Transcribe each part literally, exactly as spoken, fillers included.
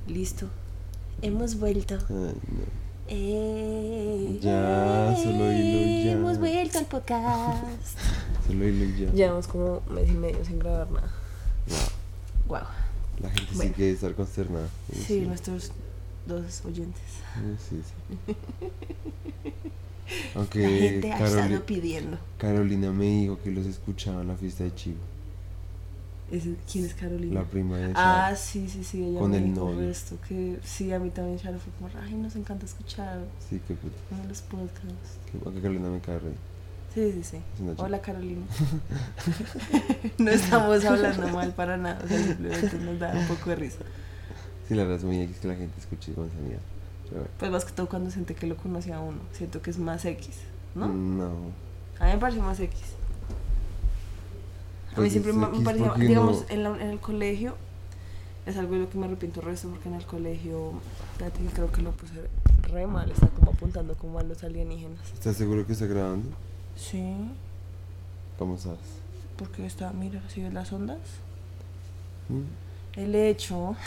Listo. Hemos vuelto. Ay, no. Eh, Ya, eh, solo hilo ya. Hemos vuelto al podcast. Solo hilo y ya. Llevamos como un mes y medio sin grabar nada. Wow. Wow. La gente Bueno. sí quiere estar consternada. Sí, nuestros dos oyentes. Sí, sí. La Aunque gente ha Caroli- estado pidiendo. Carolina me dijo que los escuchaba en la fiesta de Chivo. ¿Ese- ¿Quién es Carolina? La prima de Ah, Charo. sí, sí, sí, ella Con me el dijo novio. esto, que sí, a mí también Charo fue como, ay, nos encanta escuchar Sí, qué puta. uno de los podcasts. Que- Aunque Carolina me cae re. Sí, sí, sí. Es una chica. Hola, Carolina. No estamos hablando mal para nada, o sea, simplemente nos da un poco de risa. Sí, la verdad es muy X que la gente escuche con esa mierda. Pero bueno. Pues más que todo cuando siente que lo conocía a uno, siento que es más X, ¿no? No. A mí me parece más X. A mí Pues siempre es me, X me parecía, porque digamos, uno- en, la- en el colegio, es algo de lo que me arrepiento el resto, porque en el colegio, fíjate que creo que lo puse re mal, está como apuntando como a los alienígenas. ¿Estás seguro que está grabando? Sí, ¿Cómo sabes? porque está, mira, ¿sí ves las ondas? ¿Mm? El hecho,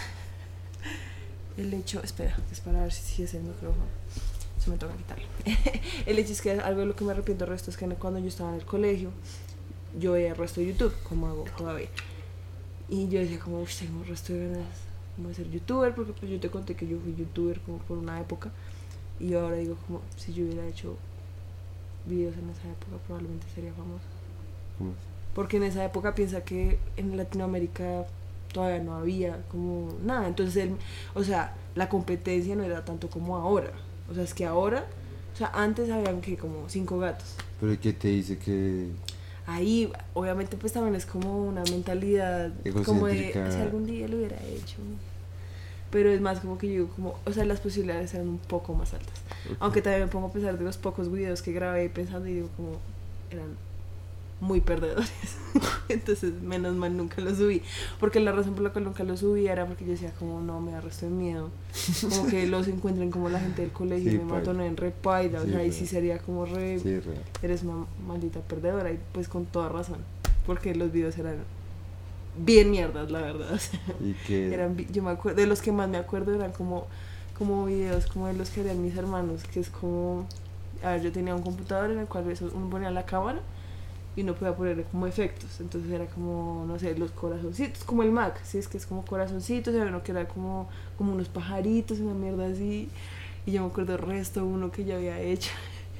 el hecho, espera, es para ver si, si es el micrófono, se me toca quitarlo. El hecho es que algo de lo que me arrepiento el resto es que cuando yo estaba en el colegio, yo veía el resto de YouTube, como hago todavía. Y yo decía como, uff, tengo el resto de ganas como de ser youtuber, porque pues yo te conté que yo fui youtuber como por una época. Y yo ahora digo como, si yo hubiera hecho videos en esa época, probablemente sería famosa. ¿Cómo es? Porque en esa época piensa que en Latinoamérica todavía no había como nada. Entonces, el, o sea, la competencia no era tanto como ahora. O sea, es que ahora, o sea, antes habían que como cinco gatos. ¿Pero qué te dice que...? Ahí, obviamente, pues también es como una mentalidad como de Egocéntrica. si algún día lo hubiera hecho. Pero es más como que yo digo, como, o sea, las posibilidades eran un poco más altas. Ok. Aunque también me pongo a pensar de los pocos videos que grabé pensando y digo, como, eran muy perdedores. Entonces, menos mal nunca los subí. Porque la razón por la cual nunca los subí era porque yo decía, como, no, me da resto de miedo. Como que los encuentren como la gente del colegio Sí, y me paila. matan en re paila. O Sí, sea, ahí real. sí sería como re. Sí, real. Eres una maldita perdedora. Y pues con toda razón. Porque los videos eran bien mierdas, la verdad. O sea, ¿Y qué? eran, vi- yo me acuerdo, de los que más me acuerdo eran como, como videos como de los que harían mis hermanos, que es como, a ver, yo tenía un computador en el cual eso, uno ponía la cámara y uno podía ponerle como efectos, entonces era como, no sé, los corazoncitos, como el Mac, sí, es que es como corazoncitos, y había uno que era como, como unos pajaritos, una mierda así, y yo me acuerdo el resto, uno que yo había hecho.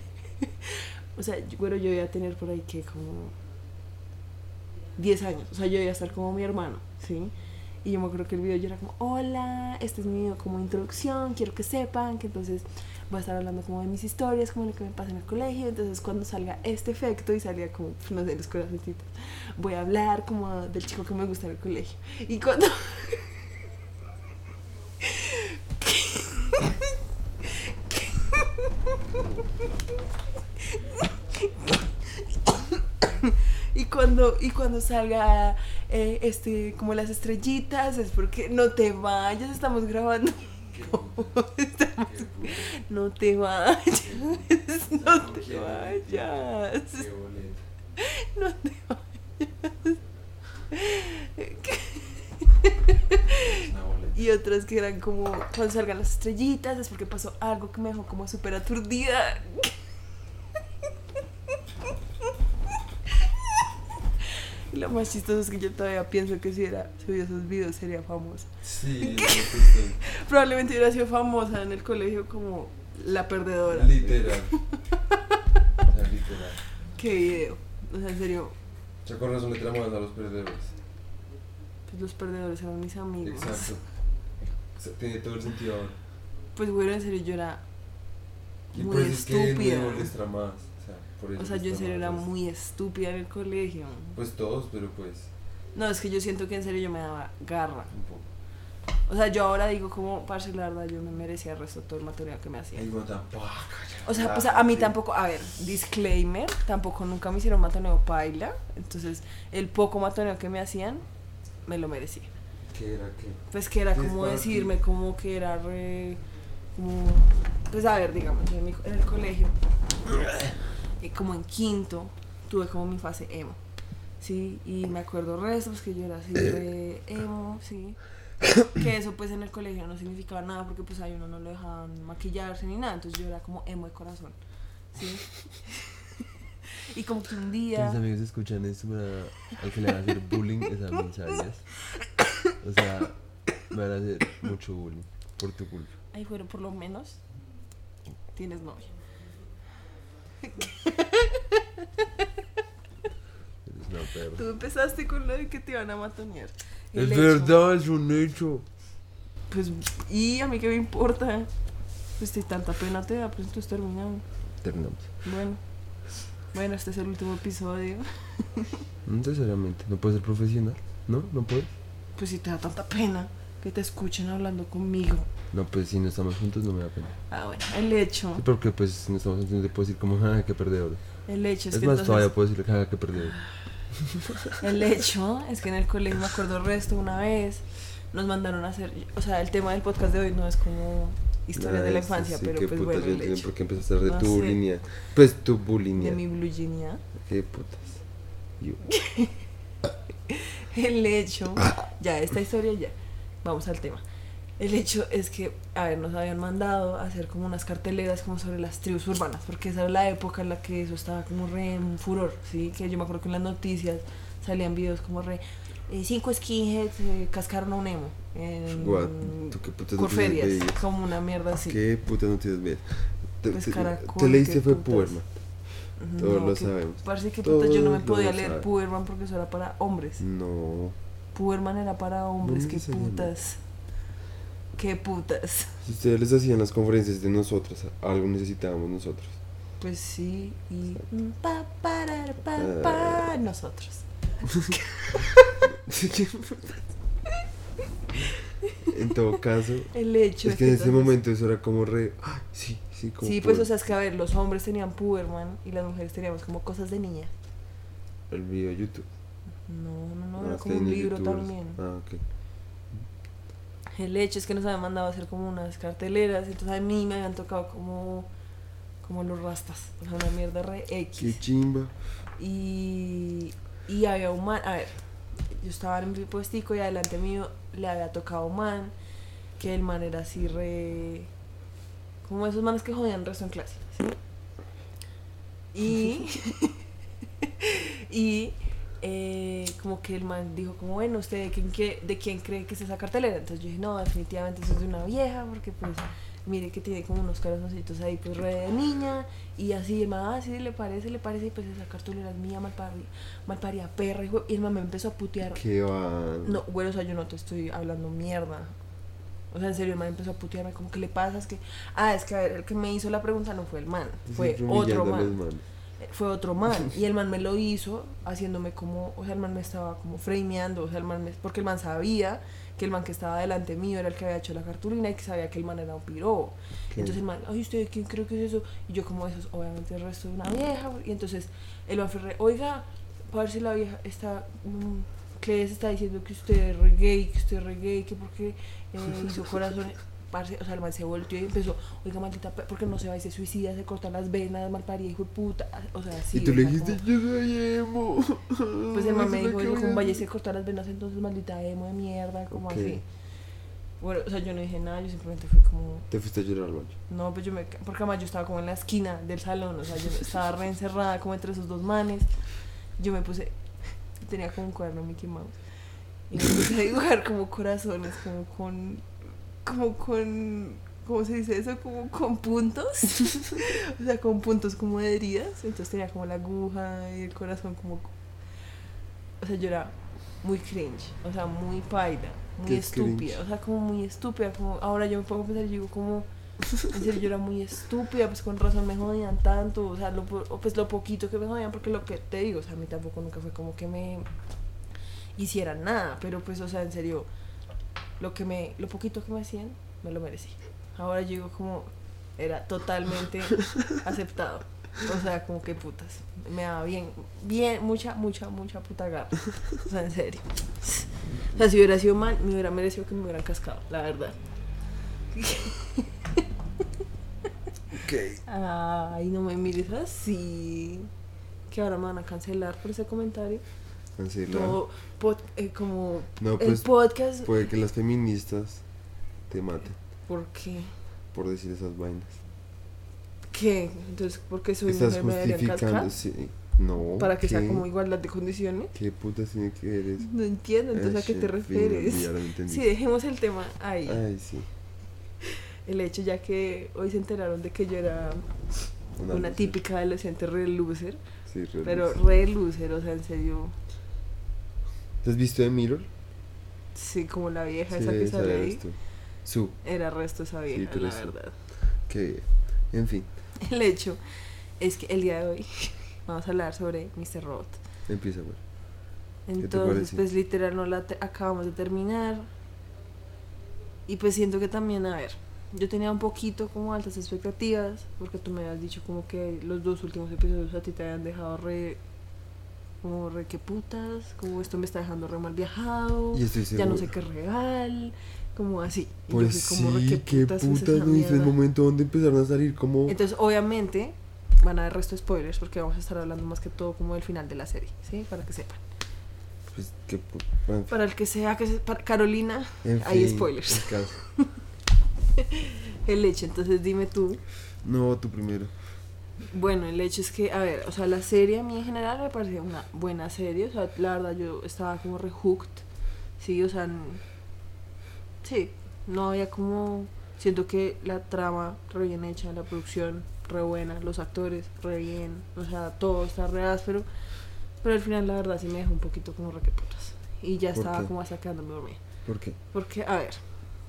O sea, yo, bueno, yo iba a tener por ahí que como diez años, o sea, yo iba a estar como mi hermano, ¿sí? Y yo me acuerdo que el video yo era como, hola, este es mi video como introducción, quiero que sepan que entonces voy a estar hablando como de mis historias, como lo que me pasa en el colegio, entonces cuando salga este efecto y salía como, no sé, los corazoncitos, voy a hablar como del chico que me gusta en el colegio. Y cuando... Y cuando, y cuando salga eh, este, como las estrellitas, es porque no te vayas, estamos grabando. No, estamos, no te vayas, no te vayas, no te vayas. Y otras que eran como, cuando salgan las estrellitas, es porque pasó algo que me dejó como súper aturdida. Y lo más chistoso es que yo todavía pienso que si hubiera subido esos videos sería famosa. Sí, Probablemente hubiera sido famosa en el colegio como la perdedora. literal. O sea, literal. ¿Qué video? O sea, en serio, Ya con razón le tramos a los perdedores. pues los perdedores eran mis amigos. Exacto. O sea, tiene todo el sentido ahora. Pues bueno, en serio yo era Y muy por eso es que estúpida. nuevo les tramas. O sea, por eso O sea, les yo en serio era tramas. muy estúpida en el colegio. Pues todos, pero pues No, es que yo siento que en serio yo me daba garra. un poco. O sea, yo ahora digo como, parce, la verdad, yo me merecía el resto de todo el material que me hacía. Ay, no tampoco. O sea, pues a mí tampoco, a ver, disclaimer, tampoco nunca me hicieron matoneo paila. Entonces, el poco matoneo que me hacían, me lo merecía. ¿Qué era qué? Pues que era ¿Qué es como para decirme, ti? como que era re... Como, pues a ver, digamos, en, mi- en el colegio, y como en quinto, tuve como mi fase emo, ¿sí? Y me acuerdo resto, pues que yo era así re emo, ¿sí? Que eso pues en el colegio no significaba nada porque pues ahí uno no lo dejaban maquillarse ni nada, entonces yo era como emo de corazón, ¿sí? Y como que un día... Mis amigos escuchan esto, para, al que le van a hacer bullying es a mí, ¿sabías? O sea, me van a hacer mucho bullying por tu culpa. Ay, bueno, por lo menos tienes novia. Eres una perra. Tú empezaste con lo de que te iban a matonear. Es El hecho, verdad, es un hecho. Pues, y a mí qué me importa. Pues si tanta pena te da, pues entonces terminamos. Terminamos. Bueno, bueno, este es el último episodio. No necesariamente, no puedes ser profesional, ¿no? No puedes. Pues si te da tanta pena que te escuchen hablando conmigo. No, pues si no estamos juntos no me da pena. Ah, bueno, el hecho. Sí, porque pues si no estamos juntos no te puedo decir como, jaja, qué perdedor. El hecho es, Es que más, entonces, todavía puedo decirle, jaja, qué perdedor. el hecho es que en el colegio me acuerdo el resto una vez nos mandaron a hacer, o sea, el tema del podcast de hoy no es como historias Ah, de la eso infancia, sí, pero qué pues putas, bueno, yo el entiendo hecho por qué empezaste a hablar de No tu sé. línea. Pues tu bulimia. de mi blue jeania. Qué putas. Yo. El hecho, ya esta historia ya, vamos al tema. El hecho es que, a ver, nos habían mandado a hacer como unas carteleras como sobre las tribus urbanas, porque esa era la época en la que eso estaba como re en furor, ¿sí? Que yo me acuerdo que en las noticias salían videos como re, eh, cinco skinheads eh, cascaron a un emo en What? ¿Tú qué putas Corferias, noticias veías? como una mierda así. ¿Qué putas noticias ves? Te, Pues te, Caracol, te leíste qué fue putas. Puberman. Todos lo que- sabemos. Parece que putas, yo no me Todos podía lo leer saben. Puberman porque eso era para hombres. No. Puberman era para hombres, ¿Dónde qué se llama? putas. Qué putas. Si ustedes les hacían las conferencias de nosotros, algo necesitábamos nosotros. Pues sí, y mm, pa, parar, pa, pa, nosotros. En todo caso, El hecho es que en ese entonces- momento eso era como re. Ay, sí, sí, como. Sí, pues por o sea, es que a ver, los hombres tenían Puberman y las mujeres teníamos como cosas de niña. El video de YouTube. No, no, no, Ah, era es que como hay un unos libro youtubers. también. Ah, ok. El hecho es que nos habían mandado a hacer como unas carteleras, entonces a mí me habían tocado como, como los rastas, o sea, una mierda re Qué X. chimba. Y, y había un man, a ver, yo estaba en mi puestico y adelante mío le había tocado un man, que el man era así re... como esos manes que jodían el resto en clase. ¿Sí? Y... y... Eh, como que el man dijo como, bueno, ¿usted de quién, qué, de quién cree que es esa cartelera? Entonces yo dije, no, definitivamente eso es de una vieja, porque pues mire que tiene como unos corazoncitos ahí pues re de niña, y así, el man, ah, sí, le parece, le parece, y pues esa cartelera es mía, malparida, malparida perra, y, y el man me empezó a putear. Qué va. No, bueno, o sea, yo no te estoy hablando mierda. O sea, en serio, el man empezó a putearme, como que le pasa, es que, ah, es que a ver, el que me hizo la pregunta no fue el man, fue Siempre otro humillando a los man. manes. Fue otro man, y el man me lo hizo haciéndome como, o sea, el man me estaba como frameando, o sea, el man me, porque el man sabía que el man que estaba delante mío era el que había hecho la cartulina y que sabía que el man era un piro. ¿Qué? Entonces el man, ay, ¿usted quién cree que es eso? Y yo como, eso es obviamente el resto de una vieja. Y entonces el man fue re, oiga, para ver si la vieja está, um, Cles está diciendo que usted es re gay, que usted es re gay, que porque eh, hizo corazones. Parce, o sea, el man se volteó y empezó, oiga, maldita, pe- ¿por qué no se va y se suicida, se corta las venas, malparida, hijo de puta? O sea, sí. Y tú o le sea, dijiste, como- yo soy emo. pues el man me Eso es dijo, lo que yo voy como a vaya y hacer. se corta las venas, entonces maldita emo de mierda, como Ok. así. Bueno, o sea, yo no dije nada, yo simplemente fui como, Te fuiste a llorar al baño. no, pues yo me, porque además yo estaba como en la esquina del salón, o sea, yo estaba re encerrada como entre esos dos manes. Yo me puse, tenía como un cuaderno Mickey Mouse y me puse a dibujar como corazones, como con, como con, ¿cómo se dice eso? Como con puntos, o sea, con puntos como de heridas. Entonces tenía como la aguja y el corazón como, o sea, yo era muy cringe, o sea, muy paila, muy Qué estúpida, cringe. o sea, como muy estúpida, como ahora yo me pongo a pensar y digo como, en serio, yo era muy estúpida, pues con razón me jodían tanto, o sea, lo, po- o pues lo poquito que me jodían, porque lo que te digo, o sea, a mí tampoco nunca fue como que me hicieran nada, pero pues, o sea, en serio, lo que me, lo poquito que me hacían, me lo merecí. Ahora yo digo como, era totalmente aceptado, o sea, como que putas, me daba bien, bien, mucha, mucha, mucha puta garra, o sea, en serio. O sea, si hubiera sido mal, me hubiera merecido que me hubieran cascado, la verdad. Ok. Ay, no me mires así. Que ahora me van a cancelar por ese comentario. Cancelar. todo pod- eh, como No, el pues podcast. puede que las feministas te maten ¿Por qué? por decir esas vainas. ¿Qué? Entonces, porque soy Estás mujer me deberían justificando, cascar sí. No. para que sea ¿qué? como igualdad de condiciones. ¿Qué putas tiene que ver eso? No entiendo, entonces, ¿a qué Ay, te en fin, refieres? ya lo entendí. Sí, dejemos el tema ahí. Ay, sí. El hecho, ya que hoy se enteraron de que yo era una, una típica adolescente re loser. Sí, re Pero loser. re loser, o sea, en serio. ¿Te has visto de Mirror? Sí, como la vieja Sí, esa que esa sale eres ahí. tú. Su. Era resto esa vieja, Sí, tú la eres tú. verdad. Que, en fin, El hecho es que el día de hoy vamos a hablar sobre míster Robot. empieza, güey. te Entonces, parece? pues literal no la te- acabamos de terminar. Y pues siento que también, a ver, yo tenía un poquito como altas expectativas, porque tú me habías dicho como que los dos últimos episodios a ti te habían dejado re, como re que putas, como esto me está dejando re mal viajado, Y estoy ya no seguro. sé qué es real, como así. Y Pues yo fui como re, sí, qué putas es putas, esa ¿no? Y fue el mierda? momento donde empezaron a salir como... Entonces, obviamente, van a haber resto de spoilers, porque vamos a estar hablando más que todo como del final de la serie, ¿sí? Para que sepan. Pues, qué pu- en fin, Para el que sea, que se, para Carolina, en hay fin, spoilers. el caso. El hecho, entonces dime tú. No, tú primero. Bueno, el hecho es que, a ver, o sea, la serie a mí en general me parecía una buena serie, o sea, la verdad yo estaba como re hooked, sí, o sea, n- sí, no había como, siento que la trama re bien hecha, la producción re buena, los actores re bien, o sea, todo está re áspero, pero al final la verdad sí me dejó un poquito como re que putas, y ya ¿Por estaba qué? como hasta quedándome dormida. ¿Por qué? Porque, a ver,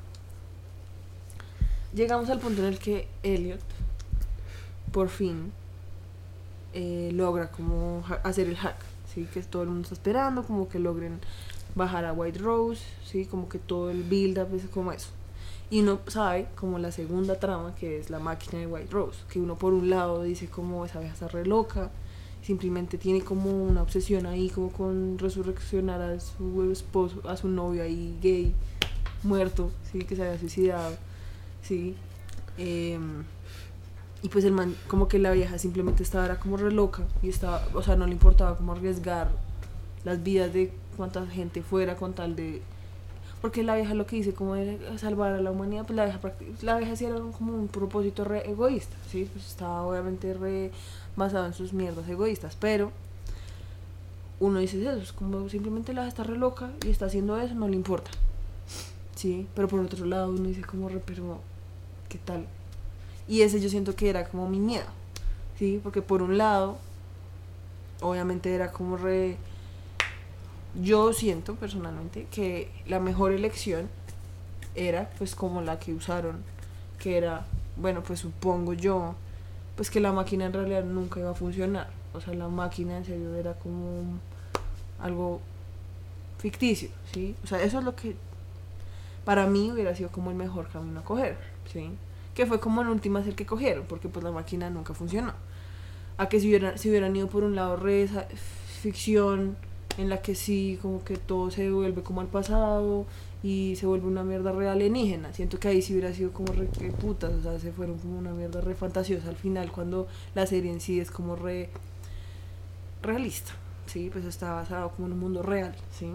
llegamos al punto en el que Elliot, por fin, eh, logra como ha- hacer el hack, ¿sí? Que todo el mundo está esperando, como que logren bajar a White Rose, ¿sí? Como que todo el build-up es como eso. Y uno sabe, como la segunda trama, que es la máquina de White Rose, que uno por un lado dice como esa vieja está re loca, simplemente tiene como una obsesión ahí como con resurreccionar a su esposo, a su novio ahí gay, muerto, sí, que se había suicidado, sí. Em, y pues el man, como que la vieja simplemente estaba era como re loca y estaba, o sea, no le importaba como arriesgar las vidas de cuánta gente fuera con tal de, porque la vieja lo que dice como de salvar a la humanidad, pues la vieja prácti- la vieja sí era un- como un propósito re egoísta, sí, pues estaba obviamente re basado en sus mierdas egoístas, pero uno dice eso, es como simplemente la vieja está re loca y está haciendo eso, no le importa, sí, pero por otro lado uno dice como re, pero ¿qué tal? Y ese yo siento que era como mi miedo, sí, porque por un lado obviamente era como re, yo siento personalmente que la mejor elección era pues como la que usaron, que era, bueno, pues supongo yo, pues que la máquina en realidad nunca iba a funcionar, o sea, la máquina en serio era como algo ficticio, ¿sí? O sea, eso es lo que para mí hubiera sido como el mejor camino a coger, ¿sí? Que fue como en últimas el que cogieron, porque pues la máquina nunca funcionó. A que si hubieran, si hubieran ido por un lado re esa ficción en la que sí, como que todo se vuelve como al pasado y se vuelve una mierda re alienígena. Siento que ahí sí hubiera sido como re que putas, o sea, se fueron como una mierda re fantasiosa al final, cuando la serie en sí es como re realista, ¿sí? Pues está basado como en un mundo real, ¿sí?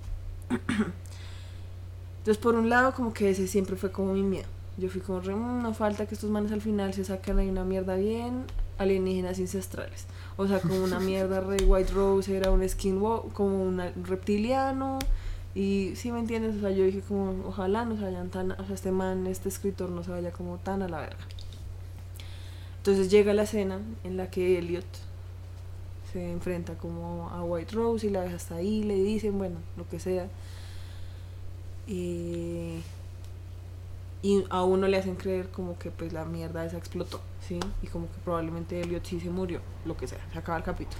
Entonces, por un lado, como que ese siempre fue como mi miedo. Yo fui como re, mmm, no falta que estos manes al final se sacan ahí una mierda bien alienígenas ancestrales. O sea, como una mierda re White Rose era un skinwalker, como un reptiliano. Y sí, ¿me entiendes? O sea, yo dije como, ojalá no se vayan tan, o sea, este man, este escritor no se vaya como tan a la verga. Entonces llega la escena en la que Elliot se enfrenta como a White Rose y la deja hasta ahí, le dicen, bueno, lo que sea. Y, y a uno le hacen creer como que pues la mierda esa explotó, ¿sí? Y como que probablemente Elliot sí se murió, lo que sea, se acaba el capítulo.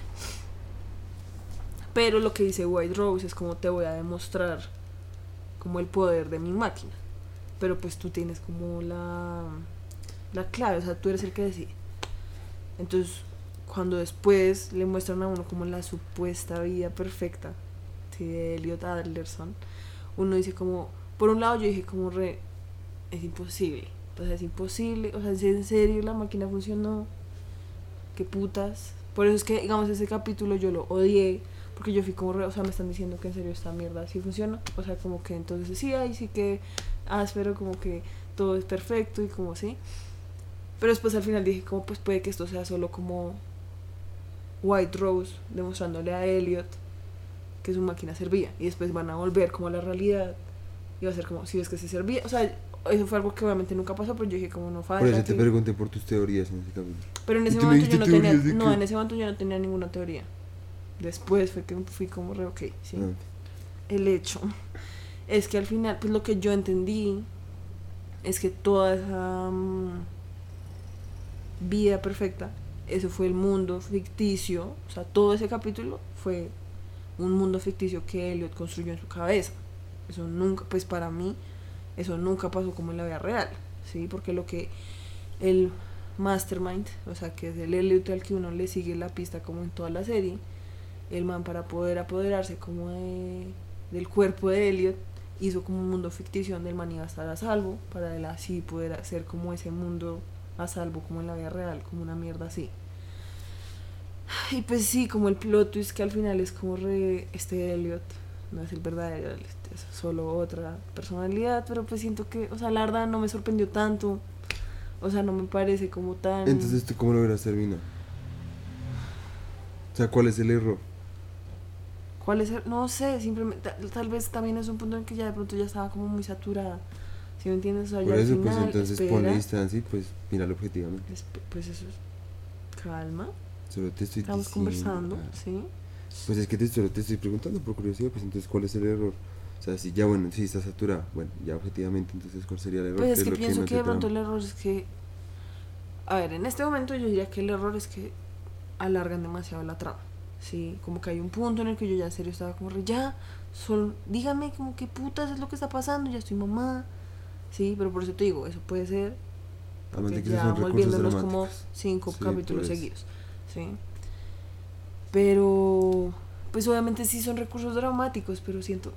Pero lo que dice White Rose es como te voy a demostrar como el poder de mi máquina. Pero pues tú tienes como la, la clave, o sea, tú eres el que decide. Entonces, cuando después le muestran a uno como la supuesta vida perfecta, ¿sí? De Elliot Adlerson, uno dice como, por un lado yo dije como re, es imposible, o sea, es imposible, o sea, si en serio la máquina funcionó, qué putas. Por eso es que, digamos, ese capítulo yo lo odié, porque yo fui como, re, o sea, me están diciendo que en serio esta mierda sí funciona, o sea, como que entonces sí, ahí sí que áspero, como que todo es perfecto y como sí, pero después al final dije como pues puede que esto sea solo como White Rose demostrándole a Elliot que su máquina servía y después van a volver como a la realidad y va a ser como si ves que se servía, o sea, eso fue algo que obviamente nunca pasó, pero yo dije como no falta. Por eso te que... pregunté por tus teorías en ese capítulo. Pero en ese momento yo no tenía, no, en ese momento yo no tenía ninguna teoría. Después fue que fui como re ok, sí. Ah. El hecho es que al final, pues lo que yo entendí es que toda esa um, vida perfecta, eso fue el mundo ficticio, o sea, todo ese capítulo fue un mundo ficticio que Elliot construyó en su cabeza. Eso nunca, pues para mí, eso nunca pasó como en la vida real, ¿sí? Porque lo que el mastermind, o sea, que es el Elliot al que uno le sigue la pista como en toda la serie, el man para poder apoderarse como de, del cuerpo de Elliot, hizo como un mundo ficticio donde el man iba a estar a salvo, para él así poder hacer como ese mundo a salvo como en la vida real, como una mierda así. Y pues sí, como el plot twist que al final es como re, este Elliot no es el verdadero Elliot, es solo otra personalidad, pero pues siento que, o sea, la verdad no me sorprendió tanto, o sea, no me parece como tan... Entonces, ¿tú cómo lo hubieras terminado? O sea, ¿cuál es el error? ¿Cuál es el? No sé, simplemente, tal, tal vez también es un punto en que ya de pronto ya estaba como muy saturada, ¿sí me entiendes? O sea, por ya eso, al final, pues entonces espera, ponle distancia y pues míralo objetivamente. Pues eso es, calma, solo te estoy estamos diciendo, conversando, ah, ¿sí? Pues es que te, solo te estoy preguntando por curiosidad, pues entonces ¿cuál es el error? O sea, si ya bueno, si está saturada, bueno, ya objetivamente, entonces ¿cuál sería el error? Pues es que lo pienso que, que de pronto el error es que, a ver, en este momento yo diría que el error es que alargan demasiado la trama, ¿sí? Como que hay un punto en el que yo ya en serio estaba como re, ya, solo, dígame como qué putas es lo que está pasando, ya estoy mamá, ¿sí? Pero por eso te digo, eso puede ser, porque ya vamos viéndonos como cinco sí, capítulos pues. seguidos, ¿sí? Pero, pues obviamente sí son recursos dramáticos, pero siento,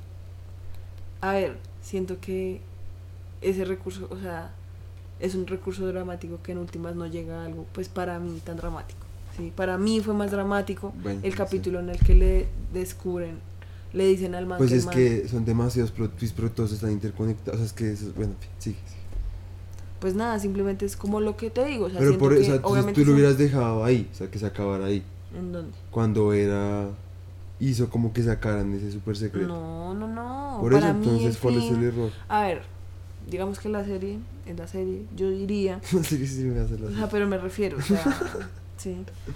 a ver, siento que ese recurso, o sea, es un recurso dramático que en últimas no llega a algo, pues para mí tan dramático, ¿sí? Para mí fue más dramático bueno, el capítulo sí. en el que le descubren, le dicen al man pues que es man, que son demasiados plot twists, pero todos están interconectados, o sea, es que eso, bueno, sí, sí. Pues nada, simplemente es como lo que te digo, o sea, pero por eso, que, o sea, tú lo hubieras dejado ahí, o sea, que se acabara ahí. ¿En dónde? Cuando era, hizo como que sacaran ese super secreto. No, no, no. Por para eso, mí, entonces, ¿cuál fin, es el error? A ver, digamos que la serie, en la serie, yo diría... La serie sí me hace la o sea, pero me refiero, o sea, sí.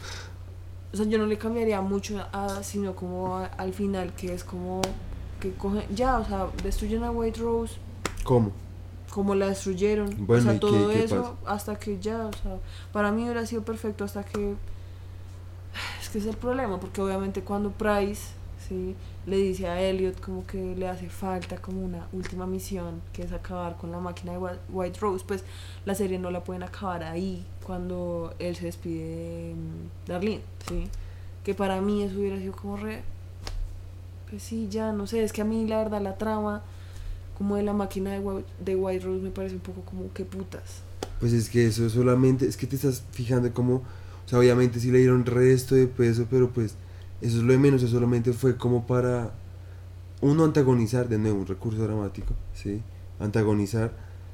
O sea, yo no le cambiaría mucho a, sino como a, al final, que es como que cogen, ya, o sea, destruyen a White Rose. ¿Cómo? Como la destruyeron, bueno, o sea, todo qué, qué eso, pasa? Hasta que ya, o sea, para mí hubiera sido perfecto hasta que... Es que es el problema, porque obviamente cuando Price, ¿sí?, le dice a Elliot como que le hace falta como una última misión, que es acabar con la máquina de White Rose, pues la serie no la pueden acabar ahí cuando él se despide de Darlene, ¿sí? Que para mí eso hubiera sido como re... Pues sí, ya, no sé, es que a mí la verdad la trama como de la máquina de White, de White Rose me parece un poco como que putas. Pues es que eso solamente, es que te estás fijando como... O sea, obviamente sí le dieron resto de peso, pero pues eso es lo de menos, eso solamente fue como para uno antagonizar, de nuevo, un recurso dramático, ¿sí? Antagonizar.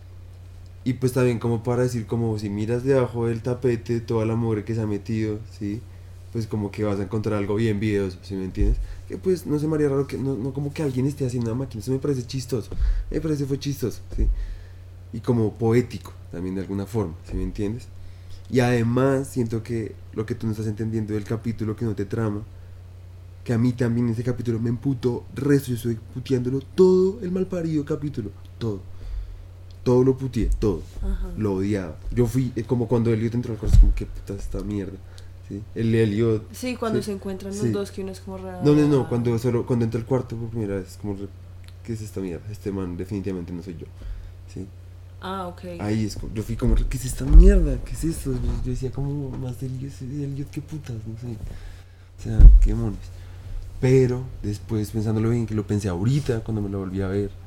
Y pues también como para decir, como si miras debajo del tapete toda la mugre que se ha metido, ¿sí? Pues como que vas a encontrar algo bien videoso, ¿sí me entiendes? Que pues no se me haría raro que, no, no como que alguien esté haciendo una máquina, eso me parece chistoso, me parece fue chistoso, ¿sí? Y como poético también de alguna forma, ¿sí me entiendes? Y además siento que lo que tú no estás entendiendo del capítulo que no te trama, que a mí también ese capítulo me emputó resto, yo estoy puteándolo todo el malparido capítulo, todo, todo lo puteé, todo, ajá, lo odiaba. Yo fui eh, como cuando Elliot entró al cuarto, como que puta esta mierda, ¿sí? El Elliot. Sí, cuando ¿sí? se encuentran los sí. dos, que uno es como raro. No, no, no, cuando, solo, cuando entra al cuarto por primera vez, como, ¿qué es esta mierda? Este man definitivamente no soy yo, ¿sí? Ah, ok. Ahí es, yo fui como, ¿qué es esta mierda? ¿Qué es esto? Yo decía como, más del Elliot, qué putas, no sé. O sea, qué monos. Pero después, pensándolo bien, que lo pensé ahorita, cuando me lo volví a ver.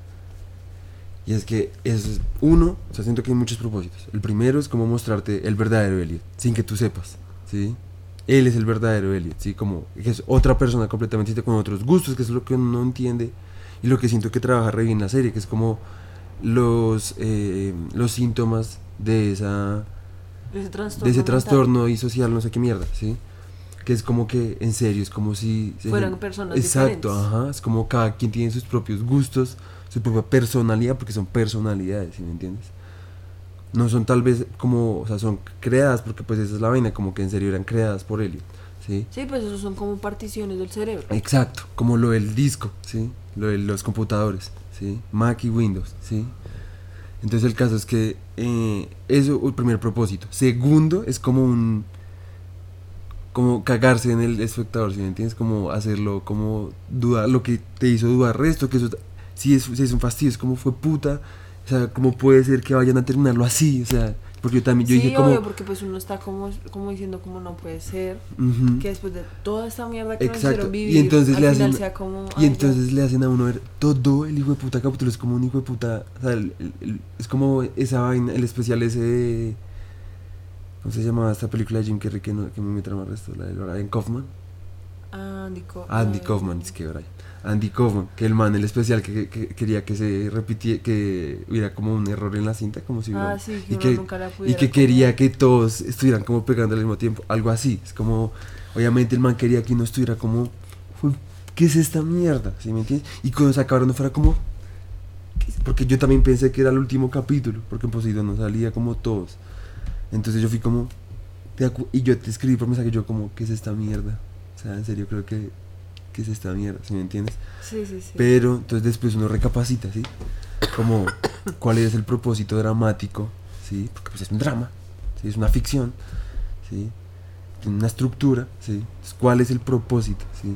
Y es que eso es, uno, o sea, siento que hay muchos propósitos. El primero es como mostrarte el verdadero Elliot, sin que tú sepas, ¿sí? él es el verdadero Elliot, ¿sí? Como que es otra persona completamente distinta con otros gustos, que es lo que uno no entiende y lo que siento que trabaja re bien la serie, que es como los, eh, los síntomas de esa De ese trastorno. de ese mental. trastorno y social, no sé qué mierda, ¿sí? Que es como que, en serio, es como si... Fueran personas Exacto, diferentes. ajá, es como cada quien tiene sus propios gustos, su propia personalidad, porque son personalidades, ¿sí me entiendes? No son tal vez como, o sea, son creadas, porque pues esa es la vaina, como que en serio eran creadas por Elliot, ¿sí? Sí, pues esos son como particiones del cerebro. Exacto, como lo del disco, ¿sí? Lo de los computadores, ¿sí? Mac y Windows, ¿sí? Entonces el caso es que eh, eso, el primer propósito. Segundo, es como un... como cagarse en el espectador, ¿sí me entiendes? Como hacerlo, como dudar, lo que te hizo dudar resto, que eso, si es, si es un fastidio, es como fue puta, o sea, ¿cómo puede ser que vayan a terminarlo así? O sea, porque yo también, yo Sí, dije como... obvio, porque pues uno está como, como diciendo como no puede ser, ujú, que después de toda esta mierda que nos exacto, hicieron vivir, y entonces al le final hacen, sea como... y ay, entonces ya. le hacen a uno ver todo el hijo de puta capítulo, es como un hijo de puta, o sea, el- el- el- es como esa vaina, el especial ese de... ¿Cómo se llamaba esta película de Jim Carrey que, no, que me trama el resto? La de Brian Kaufman. Andy, Co- Andy ay, Kaufman, es que Brian. Andy Kaufman, que el man, el especial que, que, que quería que se repitiera, que hubiera como un error en la cinta, como si hubiera. Ah, sí, que y uno que, nunca la y pudiera que como- quería que todos estuvieran como pegando al mismo tiempo, algo así. Es como, obviamente el man quería que uno estuviera como, "Fue- ¿qué es esta mierda?", ¿sí me entiendes? Y cuando se acabaron no fuera como, ¿qué es? Porque yo también pensé que era el último capítulo, porque en Poseidón no salía como todos. Entonces yo fui como, te acu- y yo te escribí por mensaje, yo como, ¿qué es esta mierda? O sea, en serio creo que, ¿qué es esta mierda? ¿Sí me entiendes? Sí, sí, sí. Pero entonces después uno recapacita, ¿sí? Como, ¿cuál es el propósito dramático? ¿Sí? Porque pues es un drama, ¿sí? Es una ficción, ¿sí? Tiene una estructura, ¿sí? Entonces, ¿cuál es el propósito? ¿Sí?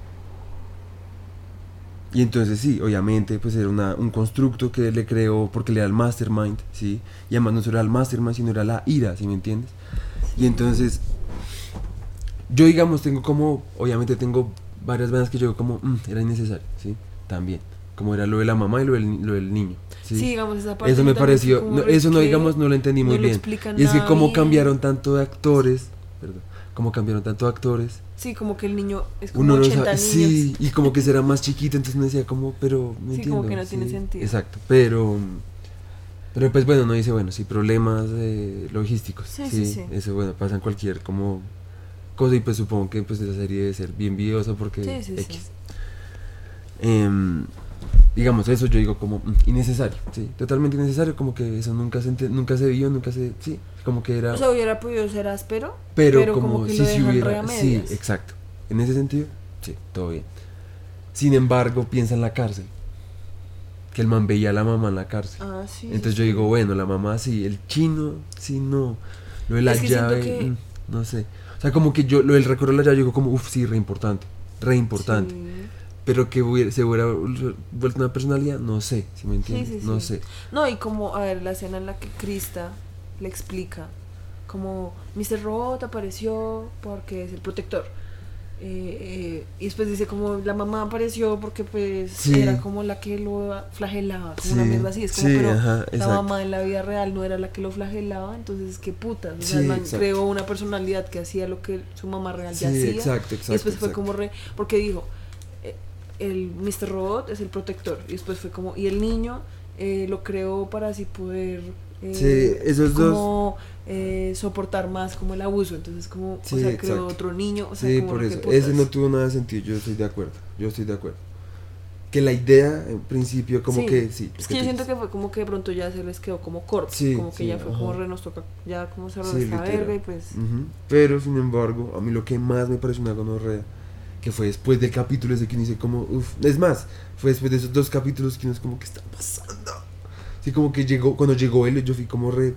Y entonces sí, obviamente pues era una, un constructo que le creó porque le da el mastermind, ¿sí? Y además no solo era el mastermind, sino era la ira, ¿sí me entiendes? Y entonces, yo digamos tengo como, obviamente tengo varias veces que yo digo como, "Mm, era innecesario", ¿sí? También, como era lo de la mamá y lo del, lo del niño, ¿sí? Sí, digamos esa parte. Eso me yo también fui pareció, como no, re eso no que digamos, no lo entendí no muy lo bien. explican Y es que nada como bien. cambiaron tanto de actores, perdón, como cambiaron tanto de actores, Sí, como que el niño es como uno no ochenta sabe, niños. sí, y como que será más chiquito, entonces uno decía como, pero no Sí, entiendo. como que no tiene sí, sentido. Exacto, pero, pero pues bueno, no dice, bueno, sí, problemas eh, logísticos, Sí, sí, sí, sí. eso bueno, pasa en cualquier como cosa y pues supongo que pues esa serie debe ser bien videosa porque Sí, sí, sí. X. Em, digamos, eso yo digo como mm, innecesario, sí, totalmente innecesario, como que eso nunca se ente- nunca se vio, nunca se, sí, como que era, O sea, hubiera podido ser áspero, pero, pero como, como que si lo se dejan re hubiera, a sí, medias. exacto, en ese sentido, sí, todo bien. Sin embargo, piensa en la cárcel, que el man veía a la mamá en la cárcel. Ah, sí. Entonces sí, yo sí. digo, bueno, la mamá sí, el chino, sí, no. Lo de la Es que siento llave, que- mm, no sé. O sea, como que yo, lo del recuerdo de la llave, yo digo como, uff, sí, re importante, re importante. Sí. Pero que hubiera, se hubiera vuelto una personalidad, no sé, si me entiendes, Sí, sí, no sí. sé. No, y como, a ver, la escena en la que Krista le explica, como mister Robot apareció porque es el protector. Eh, eh, y después dice como la mamá apareció porque pues Sí. era como la que lo flagelaba, como Sí, una mierda así, es como sí, pero ajá, la exacto. mamá en la vida real no era la que lo flagelaba, entonces qué putas, o Sí, sea, el man exacto. creó una personalidad que hacía lo que su mamá real ya Sí, hacía. exacto, exacto. Y después fue exacto. como re, porque dijo, eh, el mister Robot es el protector, y después fue como, y el niño eh, lo creó para así poder eh, Sí, esos dos. como eh, soportar más como el abuso, entonces como, Sí, o sea, creó exacto. otro niño, o sea, Sí, como por re, eso. putas. Ese no tuvo nada de sentido, yo estoy de acuerdo. Yo estoy de acuerdo. Que la idea, en principio, como Sí, que sí. es lo que yo tú siento dices. que fue como que de pronto ya se les quedó como corto, Sí, como que sí, ya fue como ajá. re nos toca ya como cerrar Sí, esta literal. verga y pues Ujú. Pero sin embargo, a mí lo que más me pareció una gonorrea, que fue después del capítulo ese que uno dice como, uff, es más, fue después de esos dos capítulos que uno es como, ¿qué está pasando? Así como que llegó, cuando llegó él, yo fui como re,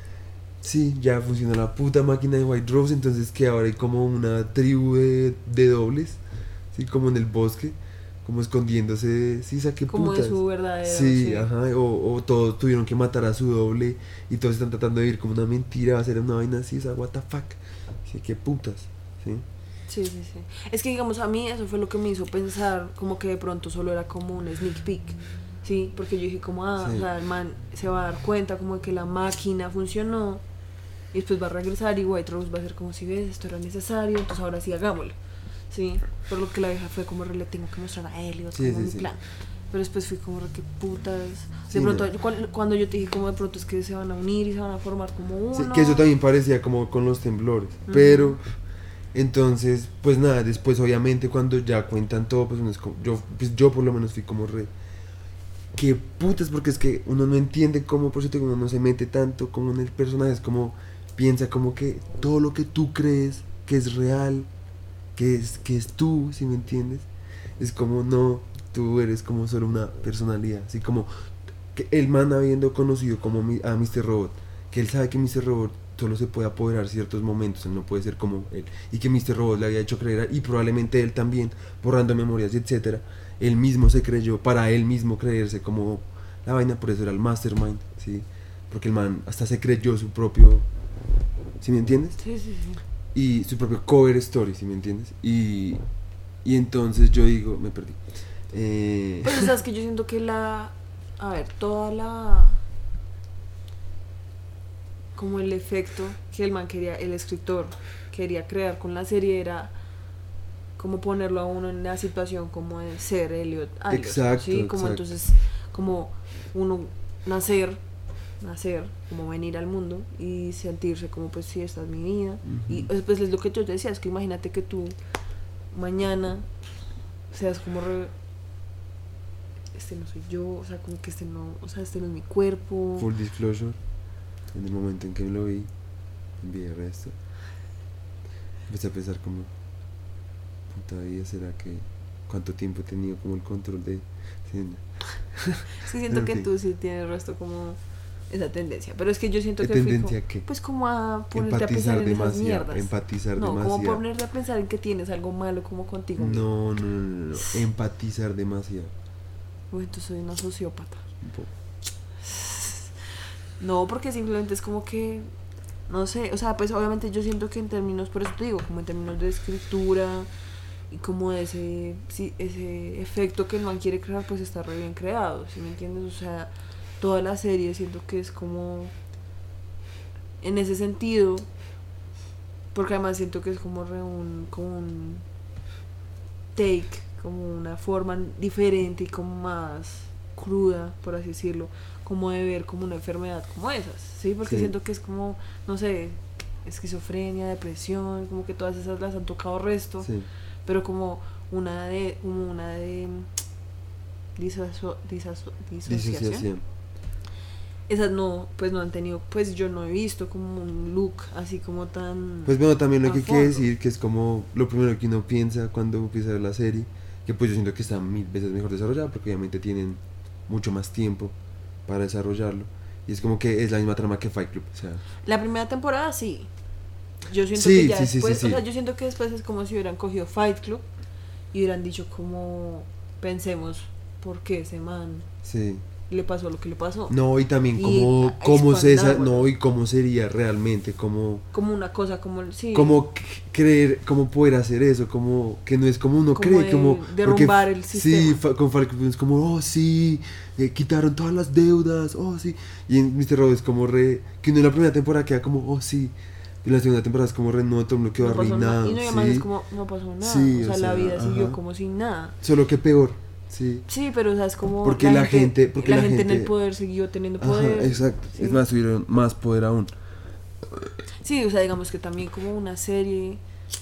sí, ya funcionó la puta máquina de White Rose, entonces que ahora hay como una tribu de, de dobles, sí, como en el bosque, como escondiéndose, sí, saqué como putas. de su verdadero, Sí, sí. ajá, o, o todos tuvieron que matar a su doble y todos están tratando de vivir como una mentira, va a ser una vaina así, o sea, what the fuck, sí, qué putas, sí. Sí, sí, sí. Es que digamos a mí eso fue lo que me hizo pensar como que de pronto solo era como un sneak peek, sí, porque yo dije como ah, Sí. o sea, el man se va a dar cuenta como de que la máquina funcionó y después va a regresar y White Rose va a ser como si ves, esto era necesario, entonces ahora sí hagámoslo, sí, por lo que la vieja fue como re, le tengo que mostrar a Elliot Sí, como sí, mi sí. plan, pero después fui como re, qué putas, de Sí, pronto, no. yo- cual- cuando yo te dije como de pronto es que se van a unir y se van a formar como uno, Sí, que eso también parecía como con los temblores, Ujú. pero entonces pues nada, después obviamente cuando ya cuentan todo, pues, uno es como, yo, pues yo por lo menos fui como re, qué putas, porque es que uno no entiende cómo, por eso te digo, uno no se mete tanto como en el personaje, es como, piensa como que todo lo que tú crees que es real, que es, que es tú, ¿sí me entiendes? Es como, no, tú eres como solo una personalidad, así como que el man habiendo conocido como mi- a míster Robot, que él sabe que míster Robot solo se puede apoderar ciertos momentos, él no puede ser como él, y que míster Robot le había hecho creer, y probablemente él también, borrando memorias, etcétera, él mismo se creyó, para él mismo creerse como la vaina, por eso era el mastermind, ¿sí? Porque el man hasta se creyó su propio, ¿sí me entiendes? sí, sí, sí. Y su propio cover story, ¿sí me entiendes? Y, y entonces yo digo, me perdí. Eh, Pero sabes que yo siento que la, a ver, toda la, como el efecto que el man quería, el escritor quería crear con la serie era como ponerlo a uno en la situación como de ser Elliot Anderson, Exacto, ¿sí? Como exacto. entonces, como uno nacer, nacer, como venir al mundo y sentirse como pues sí, esta es mi vida. Ujú. Y pues es lo que yo te decía, es que imagínate que tú mañana seas como re, este no soy yo, o sea, como que este no, o sea, este no es mi cuerpo. Full disclosure, en el momento en que lo vi, envié el resto. Empecé a pensar como, puta vida, ¿será que cuánto tiempo he tenido como el control de... Sí, no. Sí, siento En que fin. tú sí tienes el resto como esa tendencia, pero es que yo siento ¿Qué que fui tendencia como- qué? pues como a ponerte a pensar Empatizar en esas demasiado, mierdas. empatizar No, como demasiado. ponerte a pensar en que tienes algo malo como contigo mismo. No, no, no, no, no, empatizar demasiado. Uy, entonces soy una sociópata. Un poco. No, porque simplemente es como que, no sé, o sea, pues obviamente yo siento que en términos, por eso te digo, como en términos de escritura y como de ese, sí, ese efecto que el man quiere crear, pues está re bien creado, ¿sí me entiendes? O sea, toda la serie siento que es como, en ese sentido, porque además siento que es como re un, como un take, como una forma diferente y como más cruda, por así decirlo, como de ver como una enfermedad como esas, ¿sí? Porque Sí. siento que es como, no sé, esquizofrenia, depresión, como que todas esas las han tocado resto, Sí. pero como una de, como una de disaso, disaso, disociación. Disociación. Esas no, pues no han tenido, pues yo no he visto como un look así como tan... Pues bueno, también lo a que hay que fondo. decir que es como lo primero que uno piensa cuando empieza a ver la serie, que pues yo siento que está mil veces mejor desarrollada porque obviamente tienen mucho más tiempo para desarrollarlo y es como que es la misma trama que Fight Club, o sea, La primera temporada sí. Yo siento Sí, que ya sí, sí, después, sí, sí. o sea, yo siento que después es como si hubieran cogido Fight Club y hubieran dicho como pensemos por qué ese man sí. le pasó lo que le pasó. No, y también Y cómo, a- cómo se esa, expandámoslo. no, y cómo sería realmente, cómo, Como una cosa como sí, cómo c- creer, cómo poder hacer eso, como que no es como uno Como cree, de como derrumbar el Sí, sistema. fa- con Falcon es como, oh sí, eh, quitaron todas las deudas, oh sí, y en míster Robot es como re, que uno en la primera temporada queda como, oh sí, y en la segunda temporada es como re, no, todo el mundo quedó no pasó nada. arruinado, Y no, y además sí, es como no pasó nada. Sí, o sea, o la sea, vida siguió ajá. como sin nada. solo que peor, sí. Sí, pero o sea, es como Porque la gente- porque la, la gente en el gente- poder siguió teniendo Ajá, poder. exacto, sí. es más, tuvieron más poder aún. Sí, o sea, digamos que también como una serie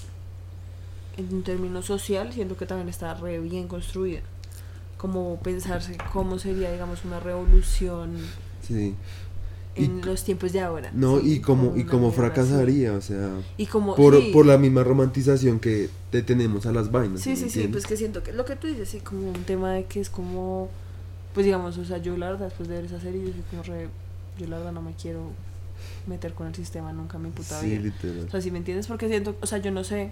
en términos social, siento que también está re bien construida. Como pensarse cómo sería, digamos, una revolución Sí. Y en c- los tiempos de ahora. No, sí, y cómo, como y una cómo mierda así. fracasaría, o sea, Y como, por, sí, por la misma romantización que te tenemos a las vainas. Sí, ¿me sí, sí, entiendes? pues que siento que lo que tú dices, sí, como un tema de que es como, pues digamos, o sea, yo la verdad, después de ver esa serie, yo soy como re, yo la verdad no me quiero meter con el sistema nunca en mi puta Sí, vida. literal. O sea, si me entiendes, porque siento, o sea, yo no sé,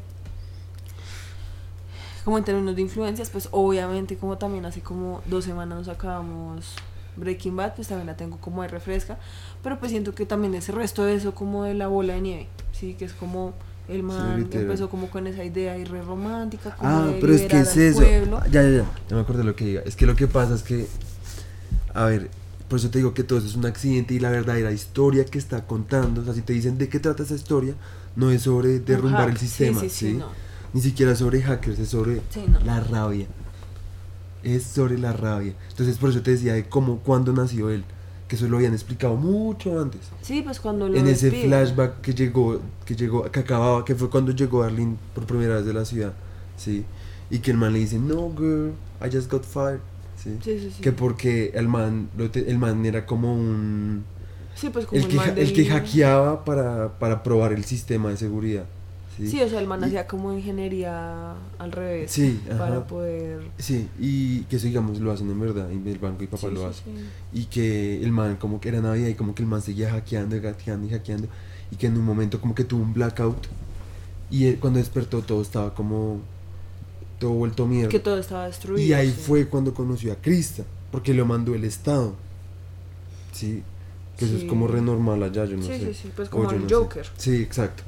como en términos de influencias, pues obviamente como también hace como dos semanas nos acabamos Breaking Bad, pues también la tengo como de refresca, pero pues siento que también ese resto de eso como de la bola de nieve, sí, que es como el man literal. empezó como con esa idea y re romántica, como Ah, de pero es que liberar es al eso. pueblo. Ya, ya, ya, ya me acuerdo de lo que diga. Es que lo que pasa es que, a ver, Por eso te digo que todo eso es un accidente y la verdadera historia que está contando, o sea, si te dicen de qué trata esa historia, no es sobre derrumbar el sistema, sí, sí, sí, ¿sí? no. Ni siquiera sobre hackers, es sobre Sí, no. la rabia. Es sobre la rabia. Entonces por eso te decía de cómo, cuándo nació él, que eso lo habían explicado mucho antes. Sí, pues cuando lo En ese despiden. flashback que llegó, que llegó, que acababa, que fue cuando llegó Arlene por primera vez de la ciudad, ¿sí? Y que el man le dice, no girl, I just got fired, ¿sí? Sí, sí, sí. Que porque el man, lo te- el man era como un... Sí, pues como El que, man ha- el que del- hackeaba para, para probar el sistema de seguridad, ¿sí? Sí, o sea, el man Y- hacía como ingeniería al revés. Sí, Para ajá. poder... Sí, y que eso digamos lo hacen en verdad, y el banco y papá Sí, lo sí, hace. sí. Y que el man como que era Navidad y como que el man seguía hackeando y hackeando y hackeando y que en un momento como que tuvo un blackout y él, cuando despertó todo estaba como todo vuelto mierda. Que todo estaba destruido. Y ahí sí. fue cuando conoció a Krista, porque lo mandó el Estado. Sí, que eso Sí. es como re normal allá, yo no Sí, sé. sí, sí, pues O como yo el no sé. Joker. Sí, exacto.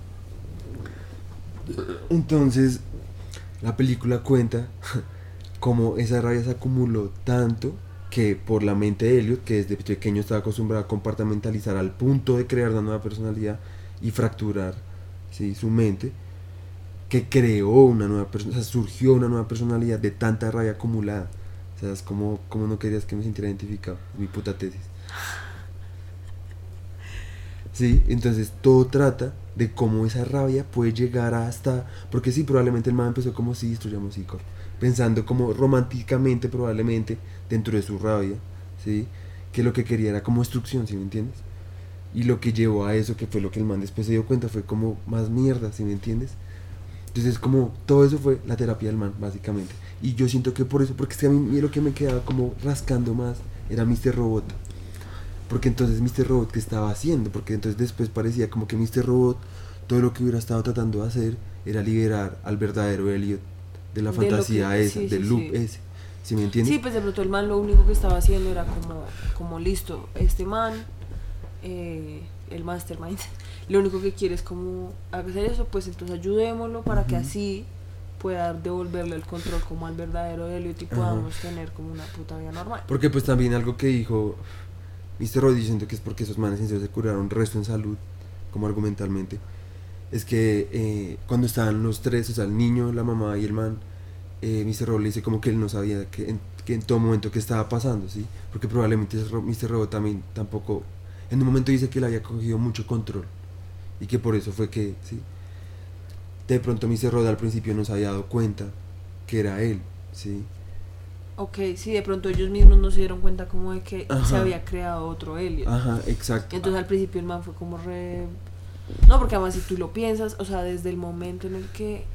Entonces, la película cuenta cómo esa rabia se acumuló tanto que por la mente de Elliot, que desde pequeño estaba acostumbrado a compartimentalizar al punto de crear una nueva personalidad y fracturar, ¿sí?, su mente, que creó una nueva persona, o sea, surgió una nueva personalidad de tanta rabia acumulada. O sea, es como, como no querías que me sintiera identificado, mi puta tesis. Sí, entonces todo trata de cómo esa rabia puede llegar hasta, porque sí, probablemente el man empezó como si destruyamos Icor, pensando como románticamente probablemente dentro de su rabia, sí, que lo que quería era como destrucción, ¿sí me entiendes? Y lo que llevó a eso, que fue lo que el man después se dio cuenta, fue como más mierda, ¿sí me entiendes? Entonces como todo eso fue la terapia del man, básicamente. Y yo siento que por eso, porque es que a mí lo que me quedaba como rascando más era míster Robot. Porque entonces míster Robot, ¿qué estaba haciendo? Porque entonces después parecía como que míster Robot, todo lo que hubiera estado tratando de hacer era liberar al verdadero Elliot de la De lo fantasía que- esa, sí, del sí, loop sí. ese. ¿Sí me entiendes? Sí, pues de pronto el man lo único que estaba haciendo era como, como listo, este man, eh, el mastermind, lo único que quiere es como hacer eso, pues entonces ayudémoslo para que Ujú. así pueda devolverle el control como al verdadero Elliot y Ajá. podamos tener como una puta vida normal. Porque pues también algo que dijo míster Robot, diciendo que es porque esos manes en serio se curaron resto en salud, como argumentalmente, es que eh, cuando estaban los tres, o sea, el niño, la mamá y el man, eh, míster Robot le dice como que él no sabía que en, que en todo momento qué estaba pasando, ¿sí? Porque probablemente míster Robot también tampoco, en un momento dice que él había cogido mucho control y que por eso fue que, ¿sí? De pronto míster Robot al principio no se había dado cuenta que era él, ¿sí? Ok, sí, de pronto ellos mismos no se dieron cuenta como de que Ajá. se había creado otro Elliot. Ajá, exacto. Entonces al principio el man fue como re... No, porque además si tú lo piensas, o sea, desde el momento en el que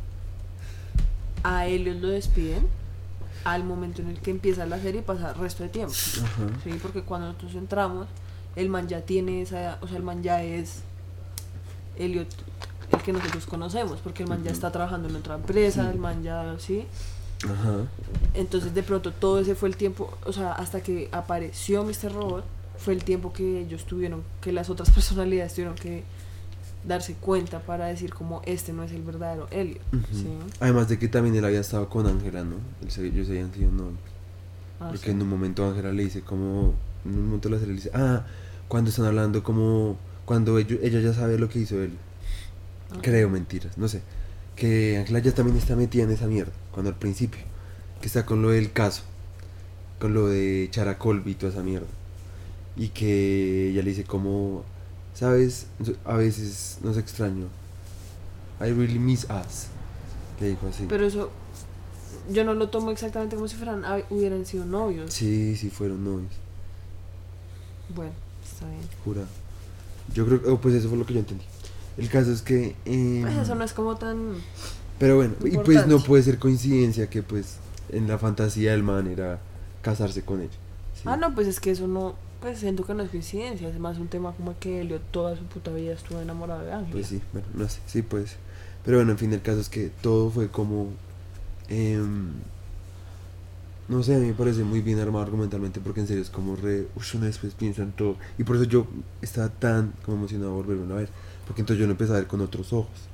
a Elliot lo despiden, al momento en el que empieza la serie pasa el resto de tiempo. Ajá. Sí, porque cuando nosotros entramos, el man ya tiene esa... O sea, el man ya es Elliot, el que nosotros conocemos, porque el man ya Ujú. está trabajando en otra empresa, Sí. el man ya, sí... Ajá. Entonces de pronto todo ese fue el tiempo, o sea, hasta que apareció míster Robot, fue el tiempo que ellos tuvieron, que las otras personalidades tuvieron que darse cuenta para decir como este no es el verdadero Elliot, Ujú. ¿sí? Además de que también él había estado con Ángela, ¿no? Él se- ellos habían sido novios. Ah, Porque sí. en un momento Ángela le dice como... En un momento la serie le dice... Ah, cuando están hablando como... Cuando ellos, ella ya sabe lo que hizo él. Ajá. Creo, mentiras, no sé. Que Ángela ya también está metida en esa mierda. Cuando al principio. Que está con lo del caso. Con lo de Chara Colby y toda esa mierda. Y que ella le dice como... ¿Sabes? A veces nos extraño. I really miss us. Le dijo así. Pero eso, yo no lo tomo exactamente como si fueran, ah, hubieran sido novios. Sí, sí fueron novios. Bueno, está bien. Jura. Yo creo que... Oh, pues eso fue lo que yo entendí. El caso es que... eh, Pues eso no es como tan... Pero bueno, y pues importante. no puede ser coincidencia que pues en la fantasía del man era casarse con ella. ¿sí? Ah, no, pues es que eso no, pues siento que no es coincidencia, es más un tema como que Elliot toda su puta vida estuvo enamorado de Ángela. Pues sí, bueno, no sé, sí puede ser. Pero bueno, en fin, el caso es que todo fue como... em, no sé, a mí me parece muy bien armado argumentalmente porque en serio es como re... Ush, uno después piensa en todo. Y por eso yo estaba tan como emocionado de volverlo a ver. Porque entonces yo lo empecé a ver con otros ojos.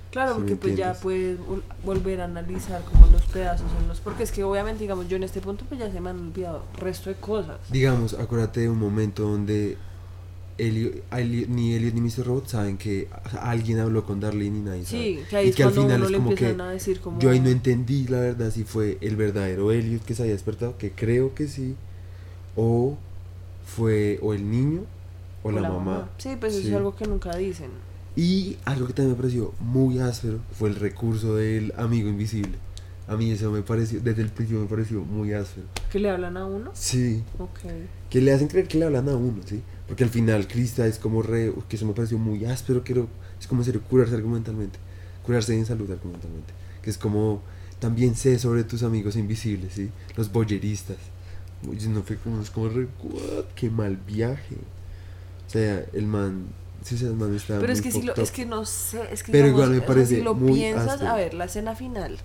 Claro, ¿Sí me porque pues ya entiendes? puedes vol- volver a analizar como los pedazos en los... Porque es que obviamente, digamos, yo en este punto pues ya se me han olvidado resto de cosas. Digamos, acuérdate de un momento donde Elliot, Elliot- ni Elliot ni mister Robot saben que alguien habló con Darlene y nadie sabe. Sí, que ahí Y es que al cuando final uno es le como que empiezan a decir como... yo ahí no entendí la verdad si fue el verdadero Elliot que se había despertado, que creo que sí, o fue o el niño o, o la, mamá. Sí, pues eso Sí. es algo que nunca dicen. Y algo que también me pareció muy áspero fue el recurso del amigo invisible. A mí eso me pareció, desde el principio me pareció muy áspero. ¿Que le hablan a uno? Sí, Ok. que le hacen creer que le hablan a uno, ¿sí? Porque al final Krista es como re, que eso me pareció muy áspero, que lo- es como en serio curarse argumentalmente, curarse en salud argumentalmente, que es como también sé sobre tus amigos invisibles, ¿sí? Los boyeristas. Uy, no fue como, es como re, what, qué mal viaje. O sea, el man, sí, o sea, el man está Pero muy es que si lo, fucked es up. que no sé, es que Pero digamos, igual me o sea, parece si lo muy piensas, áspero. a ver, la escena final,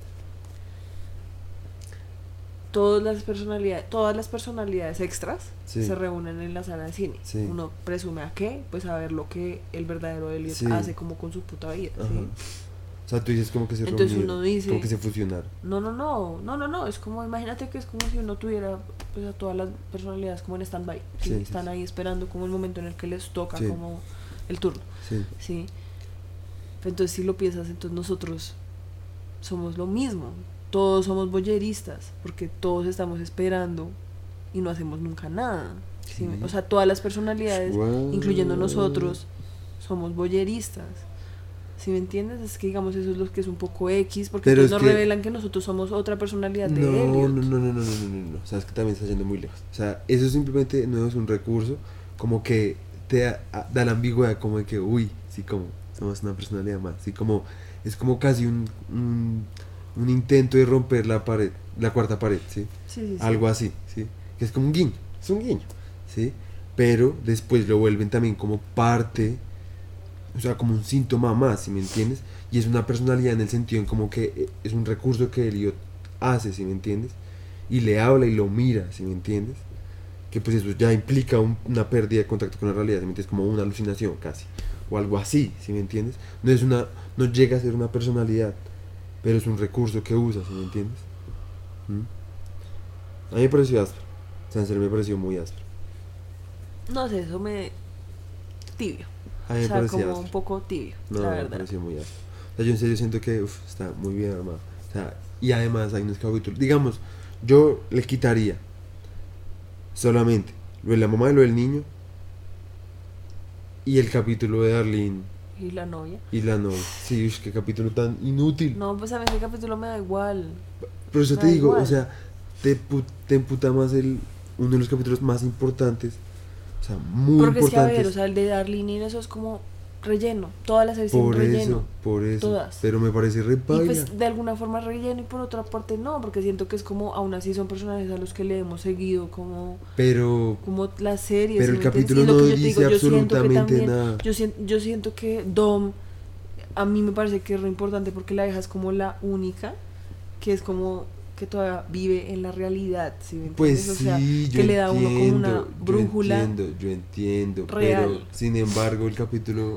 todas las personalidades, todas las personalidades extras Sí. se reúnen en la sala de cine. Sí. Uno presume a qué, pues a ver lo que el verdadero Elliot Sí. hace como con su puta vida, Ajá. ¿sí? O sea, tú dices como que se Entonces reunieron, uno dice- como que se fusionaron. No, no, no, no, no, no, es como, imagínate que es como si uno tuviera pues a todas las personalidades como en stand-by, ¿sí? Sí, sí, Están sí. ahí esperando como el momento en el que les toca Sí. como el turno, Sí. ¿sí? Entonces si lo piensas, entonces nosotros somos lo mismo, todos somos boyeristas, porque todos estamos esperando y no hacemos nunca nada, ¿sí? Sí. O sea, todas las personalidades, What? incluyendo nosotros, somos boyeristas. ¿Sí me entiendes? Es que digamos eso es lo que es un poco X, porque Pero entonces es nos que- revelan que nosotros somos otra personalidad de No, Elliot. no, no, no, no, no, no, no, no. O sea, es que también está yendo muy lejos. O sea, eso simplemente no es un recurso como que te da, a- da la ambigüedad como de que, uy, sí, como, somos una personalidad más. Sí, como, es como casi un, un, un intento de romper la pared, la cuarta pared, ¿sí? Sí, sí, sí. Algo así, ¿sí? Que es como un guiño, es un guiño, ¿sí? Pero después lo vuelven también como parte, o sea, como un síntoma más, ¿sí me entiendes? Y es una personalidad en el sentido en como que eh, es un recurso que Elliot hace, ¿sí me entiendes? Y le habla y lo mira, ¿sí me entiendes? Que pues eso ya implica un- una pérdida de contacto con la realidad, ¿sí me entiendes? Como una alucinación casi, o algo así, ¿sí me entiendes? No es una, no llega a ser una personalidad, pero es un recurso que usa, ¿sí me entiendes? ¿Mm? A mí me pareció áspero, o sea, en serio me pareció muy áspero. No sé, eso me... tibio. A mí O me sea, parecía como áspero. un poco tibio, No, la me verdad. pareció muy áspero. O sea, yo en serio siento que uf, está muy bien armado. O sea, y además hay unos capítulos. Digamos, yo le quitaría solamente lo de la mamá y lo del niño y el capítulo de Darlene Y la novia. y la novia. Sí, uff, qué capítulo tan inútil. No, pues a mí ese capítulo me da igual. Pero eso me te da digo, igual. o sea, te, pu- te emputa más el uno de los capítulos más importantes. O sea, muy Porque es que a importantes. ver, o sea, el de Darlene y eso es como relleno. Todas las series por tienen eso, relleno. por eso. Todas. Pero me parece re Y paila. pues de alguna forma relleno y por otra parte no, porque siento que es como, aún así son personajes a los que le hemos seguido como, Pero como las series. Pero ¿sí el me entiendes? capítulo Y lo no que yo te dice digo, yo siento que absolutamente también- nada. Yo siento, yo siento que Dom, a mí me parece que es re importante porque la vieja es como la única que es como que todavía vive en la realidad, ¿sí me entiendes? Pues O sea, sí, yo que le da a uno como entiendo, una brújula. Yo entiendo, yo entiendo, real. pero sin embargo el capítulo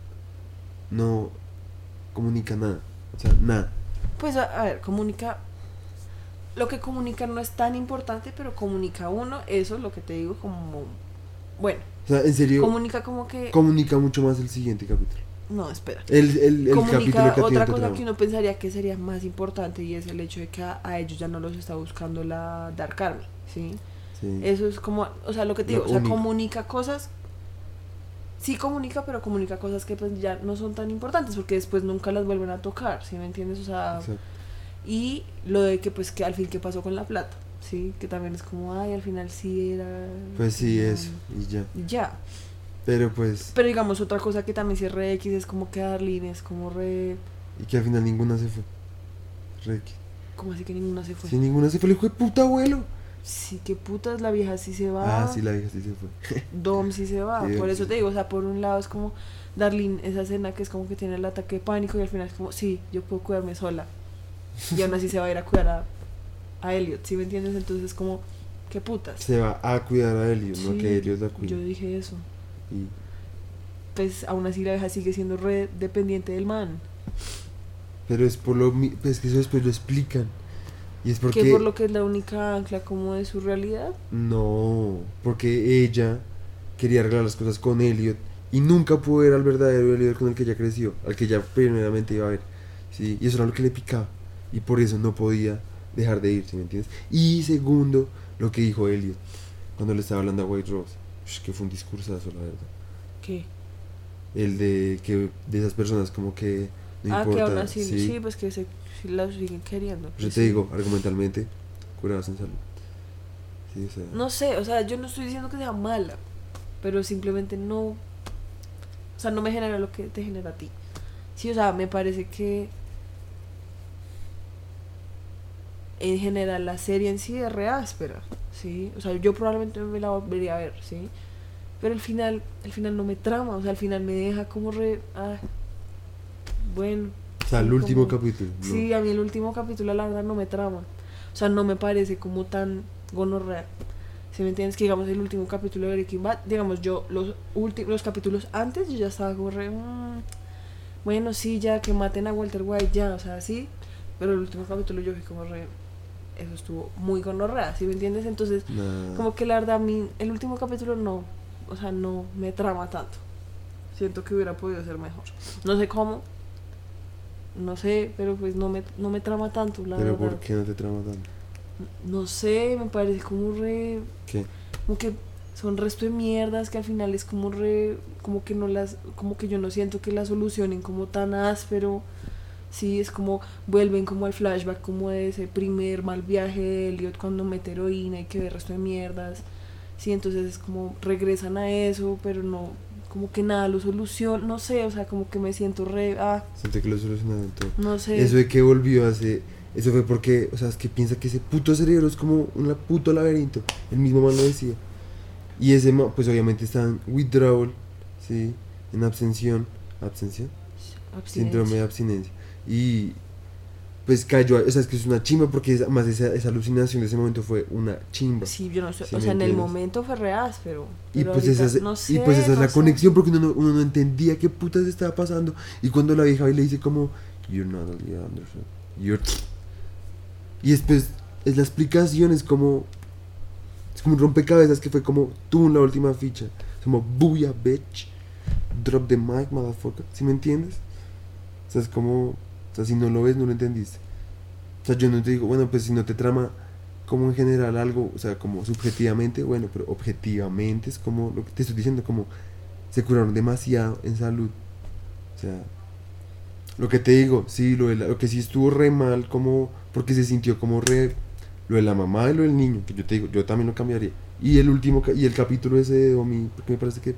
no comunica nada, o sea, nada. Pues a, a ver, comunica. Lo que comunica no es tan importante, pero comunica uno, eso es lo que te digo, como. Bueno, O sea, en serio, comunica como que. comunica mucho más el siguiente capítulo. No, espera. El, el, el capítulo Comunica que a ti no otra te cosa trama. que uno pensaría que sería más importante y es el hecho de que a, a ellos ya no los está buscando la Dark Army, ¿sí? Sí. Eso es como, o sea, lo que te Lo digo, o sea, único. comunica cosas, sí comunica, pero comunica cosas que pues ya no son tan importantes porque después nunca las vuelven a tocar, ¿sí me entiendes? O sea, Exacto. y lo de que pues que al fin qué pasó con la plata, ¿sí? Que también es como, ay, al final sí era... Pues sí, como- eso, y ya. y ya. Pero pues, Pero digamos, otra cosa que también sí es re X es como que Darlene es como re... y que al final ninguna se fue. Requi. Como así que ninguna se fue. Si ninguna se fue, el hijo de puta abuelo. Sí, qué putas, la vieja sí se va. Ah, sí, la vieja sí se fue. Dom sí se va. Sí, por eso sí. te digo, o sea, por un lado es como Darlene, esa escena que es como que tiene el ataque de pánico y al final es como, sí, yo puedo cuidarme sola. Y aún así se va a ir a cuidar a, a Elliot, ¿sí me entiendes? Entonces es como, qué putas. Se va a cuidar a Elliot, no a Sí, que Elliot la cuide. yo dije eso. Y Pues aún así la vieja sigue siendo re dependiente del man. pero es por lo mi- pues que eso después lo explican. Y es porque Que por lo que es la única ancla como de su realidad. no, porque ella quería arreglar las cosas con Elliot y nunca pudo ver al verdadero Elliot con el que ella creció, al que ella primeramente iba a ver, ¿sí? Y eso era lo que le picaba y por eso no podía dejar de ir, ¿sí me entiendes? Y segundo, lo que dijo Elliot cuando le estaba hablando a White Rose, ush, que fue un discursazo, la verdad. ¿Qué? El de que de esas personas como que no Ah, importa, que aún así, sí, sí. pues que se, sí la siguen queriendo. Yo pues te sí. digo, argumentalmente, curados en salud. Sí, o sea, No sé, o sea, yo no estoy diciendo que sea mala, pero simplemente no, o sea, no me genera lo que te genera a ti. Sí, o sea, me parece que en general la serie en sí es re áspera, ¿sí? O sea, yo probablemente me la volvería a ver, ¿sí? Pero el final, el final no me trama, o sea, el final me deja como re... Ah, bueno. o sea, el sí, último como- capítulo, no. Sí, a mí el último capítulo la verdad no me trama. O sea, no me parece como tan gonorrea. Si me entiendes, que digamos el último capítulo de Breaking Bad, digamos yo, los últimos los capítulos antes, yo ya estaba como re... mm, bueno, sí, ya, que maten a Walter White, ya, o sea, sí. Pero el último capítulo yo fui como re... Eso estuvo muy gonorrea, ¿sí me entiendes? Entonces, Nah. como que la verdad a mí, el último capítulo no, o sea, no me trama tanto. Siento que hubiera podido ser mejor. No sé cómo, no sé, pero pues no me, no me trama tanto, la Pero verdad. ¿por qué no te trama tanto? No sé, me parece como re... ¿Qué? Como que son resto de mierdas que al final es como re... Como que no las... Como que yo no siento que las solucionen como tan áspero. Sí, es como... Vuelven como al flashback como de ese primer mal viaje de Elliot cuando mete heroína y que ve resto de mierdas. Sí, entonces es como regresan a eso, pero no... Como que nada lo soluciona, no sé, o sea, como que me siento re... Ah, Siente que lo solucionaron todo. no sé. Eso de que volvió hace... Eso fue porque, o sea, es que piensa que ese puto cerebro es como un la- puto laberinto. El mismo man lo decía. Y ese man, pues obviamente está en withdrawal, ¿sí? En abstención. ¿Abstención? Síndrome de abstinencia. Y pues cayó, o sea, es que es una chimba porque esa- más esa, esa alucinación de ese momento fue una chimba. Sí, yo no sé, ¿Sí o me sea, en el entiendes? momento fue re áspero. Y pero pues, ahorita esa es, no y sé, pues esa es no la sé. conexión porque uno no, uno no entendía qué putas estaba pasando. Y cuando la vieja y le dice como, You're not a Lee Anderson. You're... Y después es la explicación, es como... Es como un rompecabezas que fue como tú en la última ficha. Es como, booyah, bitch. Drop the mic, motherfucker. ¿Sí me entiendes? O sea, es como... O sea, si no lo ves, no lo entendiste. O sea, yo no te digo, bueno, pues si no te trama como en general algo, o sea, como subjetivamente, bueno, pero objetivamente es como lo que te estoy diciendo, como se curaron demasiado en salud. O sea, lo que te digo, sí, lo, de la- lo que sí estuvo re mal, como, porque se sintió como re, lo de la mamá y lo del niño, que yo te digo, yo también lo cambiaría. Y el último, ca- y el capítulo ese de Domi, porque me parece que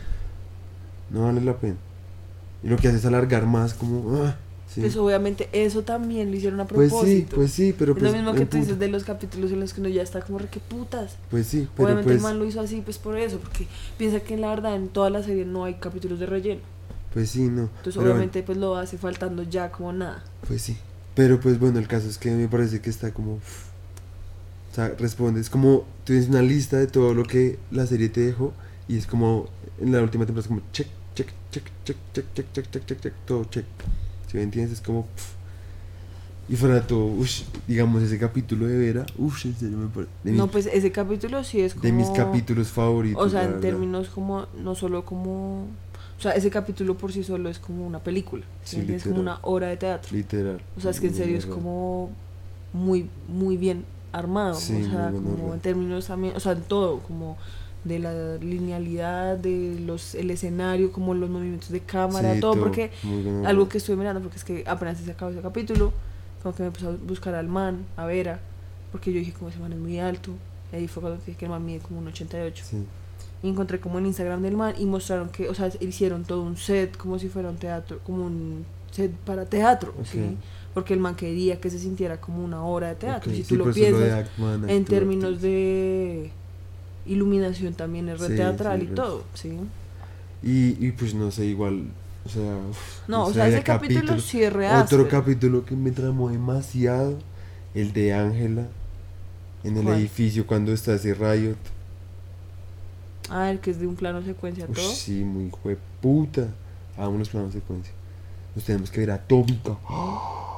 no vale la pena. Y lo que hace es alargar más, como, ah, sí. Pues obviamente eso también lo hicieron a Pues propósito. sí, pues sí, pero es pues lo mismo que en tú dices punto. de los capítulos en los que uno ya está como re que putas. Pues sí, pero Obviamente pues, el man lo hizo así pues por eso, porque piensa que en la verdad en toda la serie no hay capítulos de relleno. pues sí, no. Entonces Pero obviamente pues lo hace faltando ya como nada. bueno, pues sí. Pero pues bueno, el caso es que me parece que está como... O sea, respondes como... Tienes una lista de todo lo que la serie te dejó y es como... En la última temporada es como check, check, check, check, check, check, check, check, check, check, todo check. Si me entiendes, es como... pff. Y fuera todo, uff, digamos ese capítulo de Vera, uff, en serio me parece... De, No, mis- pues ese capítulo sí es como... de mis capítulos favoritos. O sea, la en verdad. términos como, no solo como... O sea, ese capítulo por sí solo es como una película. Sí, ¿sí? Es como literal. una obra de teatro. Literal. O sea, es que en Muy serio es raro. como muy, muy bien armado. Sí, o sea, muy bueno, como raro. en términos también, o sea, en todo, como de la linealidad, de los el escenario, como los movimientos de cámara, Sí, todo, porque muy bueno, algo raro. que estuve mirando, porque es que apenas se acabó ese capítulo, como que me puse a buscar al man, a Vera, porque yo dije como ese man es muy alto, y ahí fue cuando dije que el man mide como un ochenta y ocho. Sí. Y encontré como en Instagram del man y mostraron que, o sea, hicieron todo un set como si fuera un teatro, como un set para teatro, Ok. ¿sí? Porque el man quería que se sintiera como una obra de teatro. Ok, Si sí, tú lo por eso lo de piensas, Ackman, en actúa, términos actriz. de iluminación también es re Sí, teatral sí, y re. todo, ¿sí? Y, y pues no sé, igual, o sea, uf, No, o sé, sea, había ese capítulo capítulos. sí es re Otro áspero. capítulo que me tramó demasiado, el de Ángela, en el ¿Cuál? edificio cuando está ese riot. Ah, el que es de un plano secuencia Ush, todo. sí, muy hijo de puta. Hagamos los planos de secuencia. Nos tenemos que ver atómica. ¡Oh!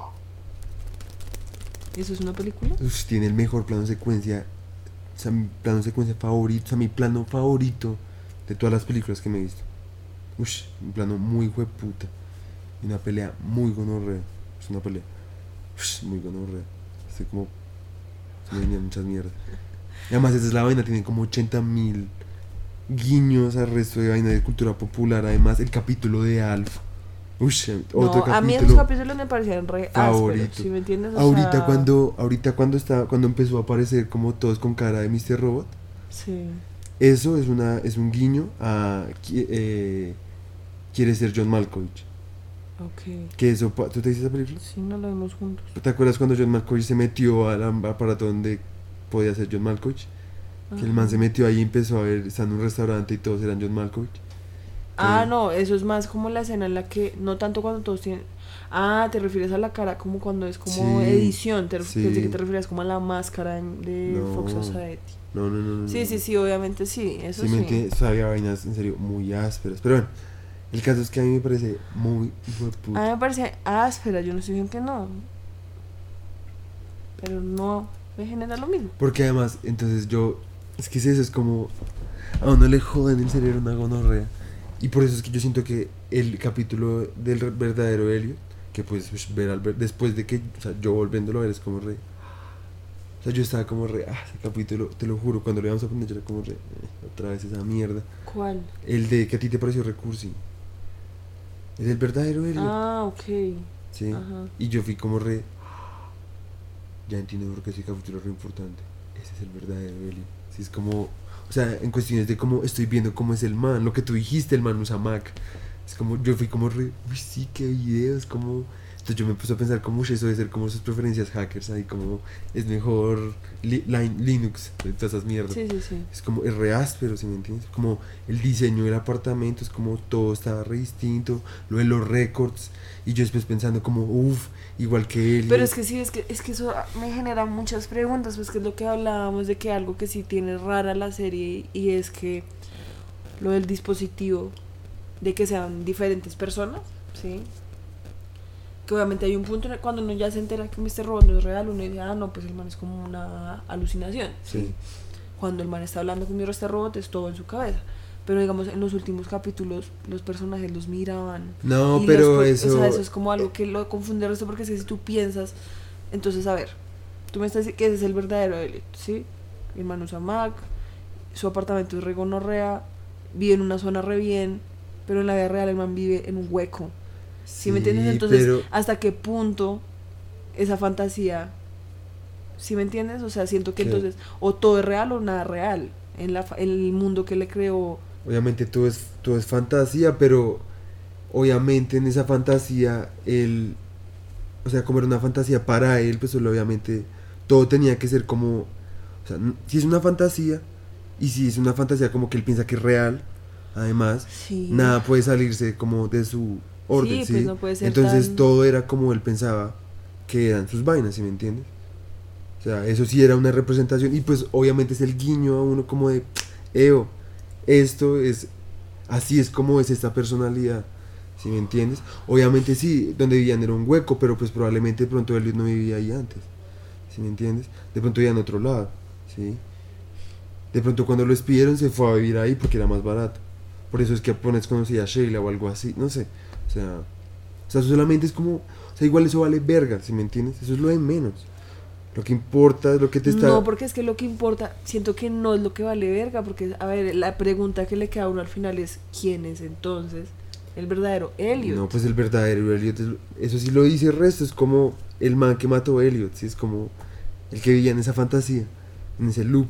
¿Eso es una película? Uf, tiene el mejor plano secuencia. O sea, mi plano secuencia favorito. O sea, mi plano favorito de todas las películas que me he visto. Ush, un plano muy hueputa. Y una pelea muy gonorrea. Es una pelea. Ush, muy gonorrea. Estoy como. Se me venían muchas mierdas. Y además, esa es la vaina. Tienen como ochenta mil guiños al resto de vaina de cultura popular. Además, el capítulo de Alf. Ush, otro No, a mí esos capítulo capítulos me parecían re favorito. ásperos, ¿sí me entiendes? O Ahorita sea, cuando, ahorita cuando está, cuando empezó a aparecer como todos con cara de míster Robot, Sí. eso es una, es un guiño a qui- eh, quiere ser John Malkovich. Ok. Que eso, pa- ¿tú te dices esa película? Sí, no lo vimos juntos. ¿Te acuerdas cuando John Malkovich se metió al am- aparato donde podía ser John Malkovich? Que el man se metió ahí y empezó a ver, está en un restaurante y todos eran John Malkovich. Ah, Que- no, eso es más como la escena en la que, no tanto cuando todos tienen... Ah, te refieres a la cara como cuando es como Sí, edición, te, ref- sí. pensé que te refieres como a la máscara en- de No. Fox Society. No, no, no, no. Sí, no. sí, sí, obviamente sí, eso Sí, sí. me entiendes, o sea, había vainas en serio muy ásperas. Pero bueno, el caso es que a mí me parece muy hijo de A puta. mí me parece áspera, yo no estoy diciendo que no. Pero no me genera lo mismo. Porque además, entonces yo, es que es eso, es como a uno le joden el cerebro una gonorrea. Y por eso es que yo siento que el capítulo del re- verdadero Elliot, que pues ush, ver al ver, después de que, o sea, yo volviéndolo a ver es como re. O sea, yo estaba como re, ah, ese capítulo, te lo juro, cuando lo íbamos a poner yo era como re, eh, otra vez esa mierda. ¿Cuál? El de que a ti te pareció recursi. Es el verdadero Elliot. Ah, ok. Sí. Ajá. Y yo fui como re. Ya entiendo por qué ese capítulo es re importante. Ese es el verdadero Elliot. Sí, es como. O sea, en cuestiones de cómo estoy viendo cómo es el man. Lo que tú dijiste, el man usa Mac. Es como. Yo fui como re. Uy, sí, qué videos. Como. Entonces yo me puse a pensar como eso debe ser como sus preferencias hackers. Ahí como. Es mejor li- Lin- Linux. De todas esas mierdas. Sí, sí, sí. Es como, es re áspero, ¿sí me entiendes? Como el diseño del apartamento, es como todo estaba re distinto, lo de los récords, y yo después pensando como, uff, igual que él. Pero es que sí, es que, es que eso me genera muchas preguntas, pues que es lo que hablábamos de que algo que sí tiene rara la serie y es que lo del dispositivo, de que sean diferentes personas, ¿sí? Que obviamente hay un punto en el- cuando uno ya se entera que míster Robot no es real, uno dice, ah, no, pues el man es como una alucinación, ¿sí? Sí. Cuando el man está hablando con míster Robot es todo en su cabeza. Pero digamos, en los últimos capítulos los personajes los miraban. No, y pero los co- eso... O sea, eso es como algo que lo confunde el resto porque es que si tú piensas... Entonces, a ver, tú me estás diciendo que ese es el verdadero Elliot, ¿sí? Mi hermano usa Mac, su apartamento es re gonorrea, vive en una zona re bien, pero en la vida real el man vive en un hueco. ¿Sí, me entiendes? Entonces, pero- ¿hasta qué punto esa fantasía... ¿Sí me entiendes? O sea, siento que ¿Qué? entonces o todo es real o nada real en, la, fa- en el mundo que le creó. Obviamente todo es, todo es fantasía, pero obviamente en esa fantasía, él... O sea, como era una fantasía para él, pues solo obviamente todo tenía que ser como... O sea, n- si es una fantasía, y si es una fantasía como que él piensa que es real, además... Sí. Nada puede salirse como de su orden, Sí, ¿sí? pues no puede ser Entonces tan- todo era como él pensaba que eran sus vainas, ¿sí me entiendes? O sea, eso sí era una representación y pues obviamente es el guiño a uno como de, Eo, esto es, así es como es esta personalidad, ¿sí me entiendes? Obviamente sí, donde vivían era un hueco, pero pues probablemente de pronto él no vivía ahí antes, ¿sí me entiendes? De pronto vivía en otro lado, ¿sí? De pronto cuando lo despidieron se fue a vivir ahí porque era más barato. Por eso es que apenas conocía a Sheila o algo así, no sé. O sea, o sea, solamente es como, o sea, igual eso vale verga, ¿sí me entiendes? Eso es lo de menos. Lo que importa es lo que te está... No, porque es que lo que importa, siento que no es lo que vale verga, porque, a ver, la pregunta que le queda a uno al final es, ¿quién es entonces el verdadero Elliot? No, pues el verdadero Elliot, es- eso sí lo dice el resto, es como el man que mató a Elliot, ¿sí? Es como el que vivía en esa fantasía, en ese loop.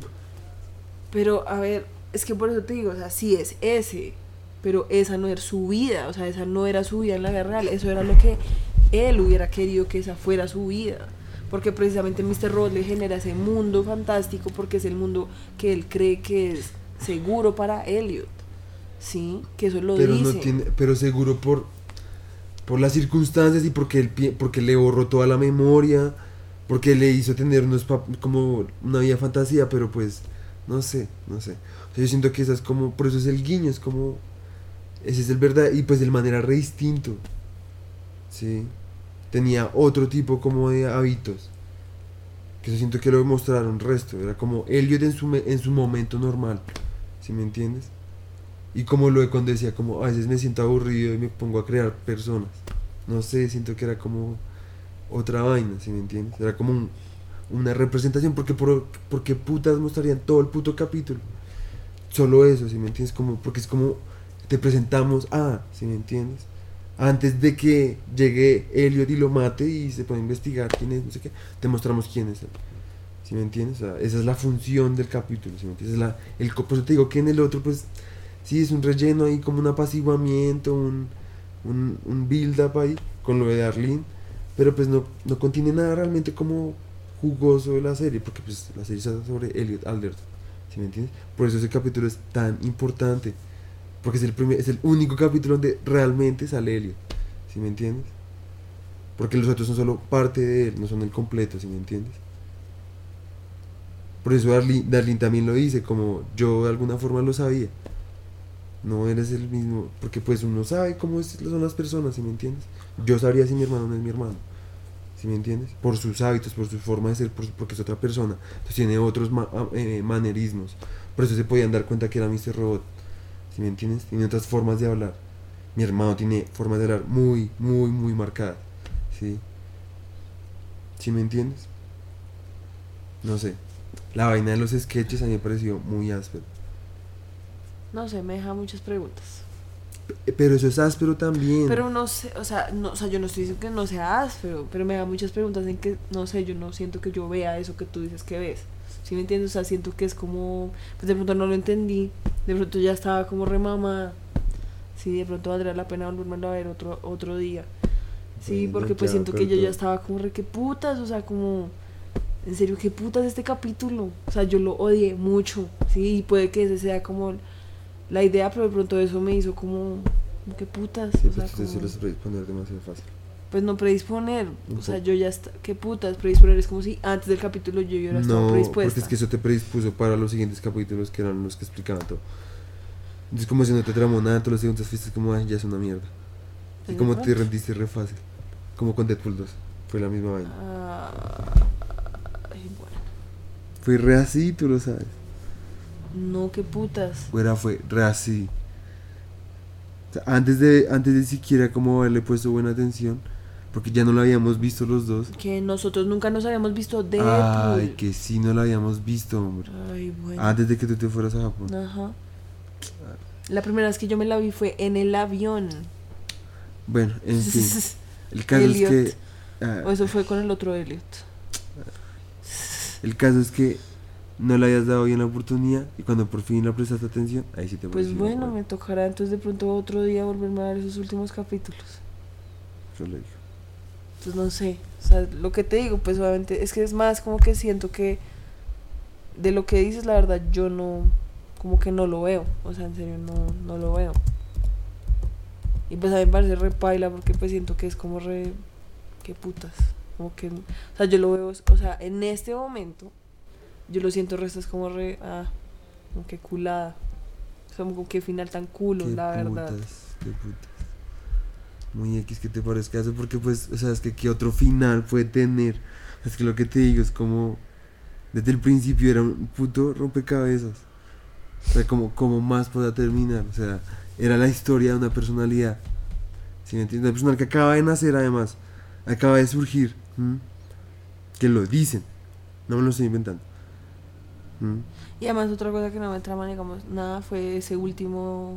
Pero, a ver, es que por eso te digo, o sea, sí es ese, pero esa no era su vida, o sea, esa no era su vida en la vida real, eso era lo que él hubiera querido que esa fuera su vida. Porque precisamente míster Robot le genera ese mundo fantástico porque es el mundo que él cree que es seguro para Elliot. ¿Sí? Que eso lo Pero dice. no tiene, pero seguro por por las circunstancias y porque él pi- porque le borró toda la memoria, porque le hizo tener unos pap- como una vida fantasía, pero pues no sé, no sé. O sea, yo siento que esa es como, por eso es el guiño, es como ese es el verdad y pues el man era re distinto. Sí. Tenía otro tipo como de hábitos. Que eso siento que lo mostraron resto. Era como Elliot en su, me- en su momento normal. ¿Sí me entiendes? Y como lo de cuando decía, como a veces me siento aburrido y me pongo a crear personas. No sé, siento que era como otra vaina, ¿sí me entiendes? Era como un- una representación, porque por, porque putas mostrarían todo el puto capítulo. Solo eso, ¿sí me entiendes? Como, porque es como te presentamos a, ¿sí me entiendes? Antes de que llegue Elliot y lo mate y se pueda investigar quién es, no sé qué, te mostramos quién es él. ¿Sí me entiendes? O sea, esa es la función del capítulo, ¿sí me entiendes? Es la, el, co- por eso te digo que en el otro, pues, sí, es un relleno ahí, como un apaciguamiento, un, un, un build-up ahí, con lo de Arlene, pero pues no, no contiene nada realmente como jugoso de la serie, porque pues la serie está sobre Elliot Alderton, ¿sí me entiendes? Por eso ese capítulo es tan importante, porque es el, primer, es el único capítulo donde realmente sale Elliot, ¿sí me entiendes? Porque los otros son solo parte de él, no son el completo, ¿sí me entiendes? Por eso Darlene, Darlene también lo dice, como yo de alguna forma lo sabía. No eres el mismo, porque pues uno sabe cómo es, son las personas, ¿sí me entiendes? Yo sabría si mi hermano no es mi hermano, ¿sí me entiendes? Por sus hábitos, por su forma de ser, por su- porque es otra persona. Entonces tiene otros ma- ah, eh, manerismos. Por eso se podían dar cuenta que era míster Robot, ¿sí me entiendes? Tiene otras formas de hablar. Mi hermano tiene formas de hablar muy, muy, muy marcadas, ¿sí? ¿Sí me entiendes? No sé. La vaina de los sketches a mí me pareció muy áspero. No sé, me deja muchas preguntas. Eh, Pero eso es áspero también. Pero no sé, o sea, no, o sea, yo no estoy diciendo que no sea áspero, pero me da muchas preguntas en que, no sé, yo no siento que yo vea eso que tú dices que ves. ¿Sí me entiendes? O sea, siento que es como, pues de pronto no lo entendí, de pronto ya estaba como remamada. Sí, de pronto valdría la pena volvérmelo a ver otro, otro día. Sí, Bueno, porque pues ya, siento que yo corto. ya estaba como re que putas, o sea, como, en serio, qué putas este capítulo. O sea, yo lo odié mucho, sí, y puede que ese sea como la idea, pero de pronto eso me hizo como, como qué putas, Sí, o sea, pues tú te como, sueles predisponer demasiado fácil. pues no predisponer, Un o sea, poco. yo ya está, qué putas, predisponer es como si antes del capítulo yo ya estaba No, predispuesta. porque es que eso te predispuso para los siguientes capítulos que eran los que explicaban todo. Entonces como si no te tramó nada, todos los segundos fuiste como, ay, ya es una mierda. Y Pues de como te pronto. rendiste re fácil. Como con Deadpool dos. Fue la misma vaina. Ah, ay, bueno. Fue re así, tú lo sabes. No, qué putas. Fuera fue re así. O sea, antes de, antes de siquiera como haberle puesto buena atención, porque ya no lo habíamos visto los dos. Que nosotros nunca nos habíamos visto Deadpool. Ay, que sí no lo habíamos visto, hombre. Ay, bueno. Antes de que tú te fueras a Japón. Ajá. La primera vez que yo me la vi fue en el avión. Bueno, en fin. El caso Elliot. es que. ah, O eso fue con el otro Elliot. el caso es que no le hayas dado bien la oportunidad y cuando por fin la prestaste atención, ahí sí te Pues pareció bueno, me tocará entonces de pronto otro día volverme a ver esos últimos capítulos. Yo le digo. Pues no sé. O sea, lo que te digo, pues obviamente es que es más como que siento que de lo que dices, la verdad, yo no, como que no lo veo. O sea, en serio, no, no lo veo. Y pues a mí me parece re paila porque pues siento que es como re, qué putas. Como que, o sea, yo lo veo, o sea, en este momento, yo lo siento resto es como re, ah, como que culada. O sea, como que final tan culo, Qué la putas, verdad. qué putas. Muy X que te parezca eso porque pues, o sea, es que qué otro final puede tener. Es que lo que te digo es como, desde el principio era un puto rompecabezas. O sea, como, como más podía terminar. O sea, era la historia de una personalidad. ¿Sí me entiendes? Una personalidad que acaba de nacer además. Acaba de surgir. ¿m? Que lo dicen. No me lo estoy inventando. ¿m? Y además otra cosa que no me trama, digamos, nada, fue ese último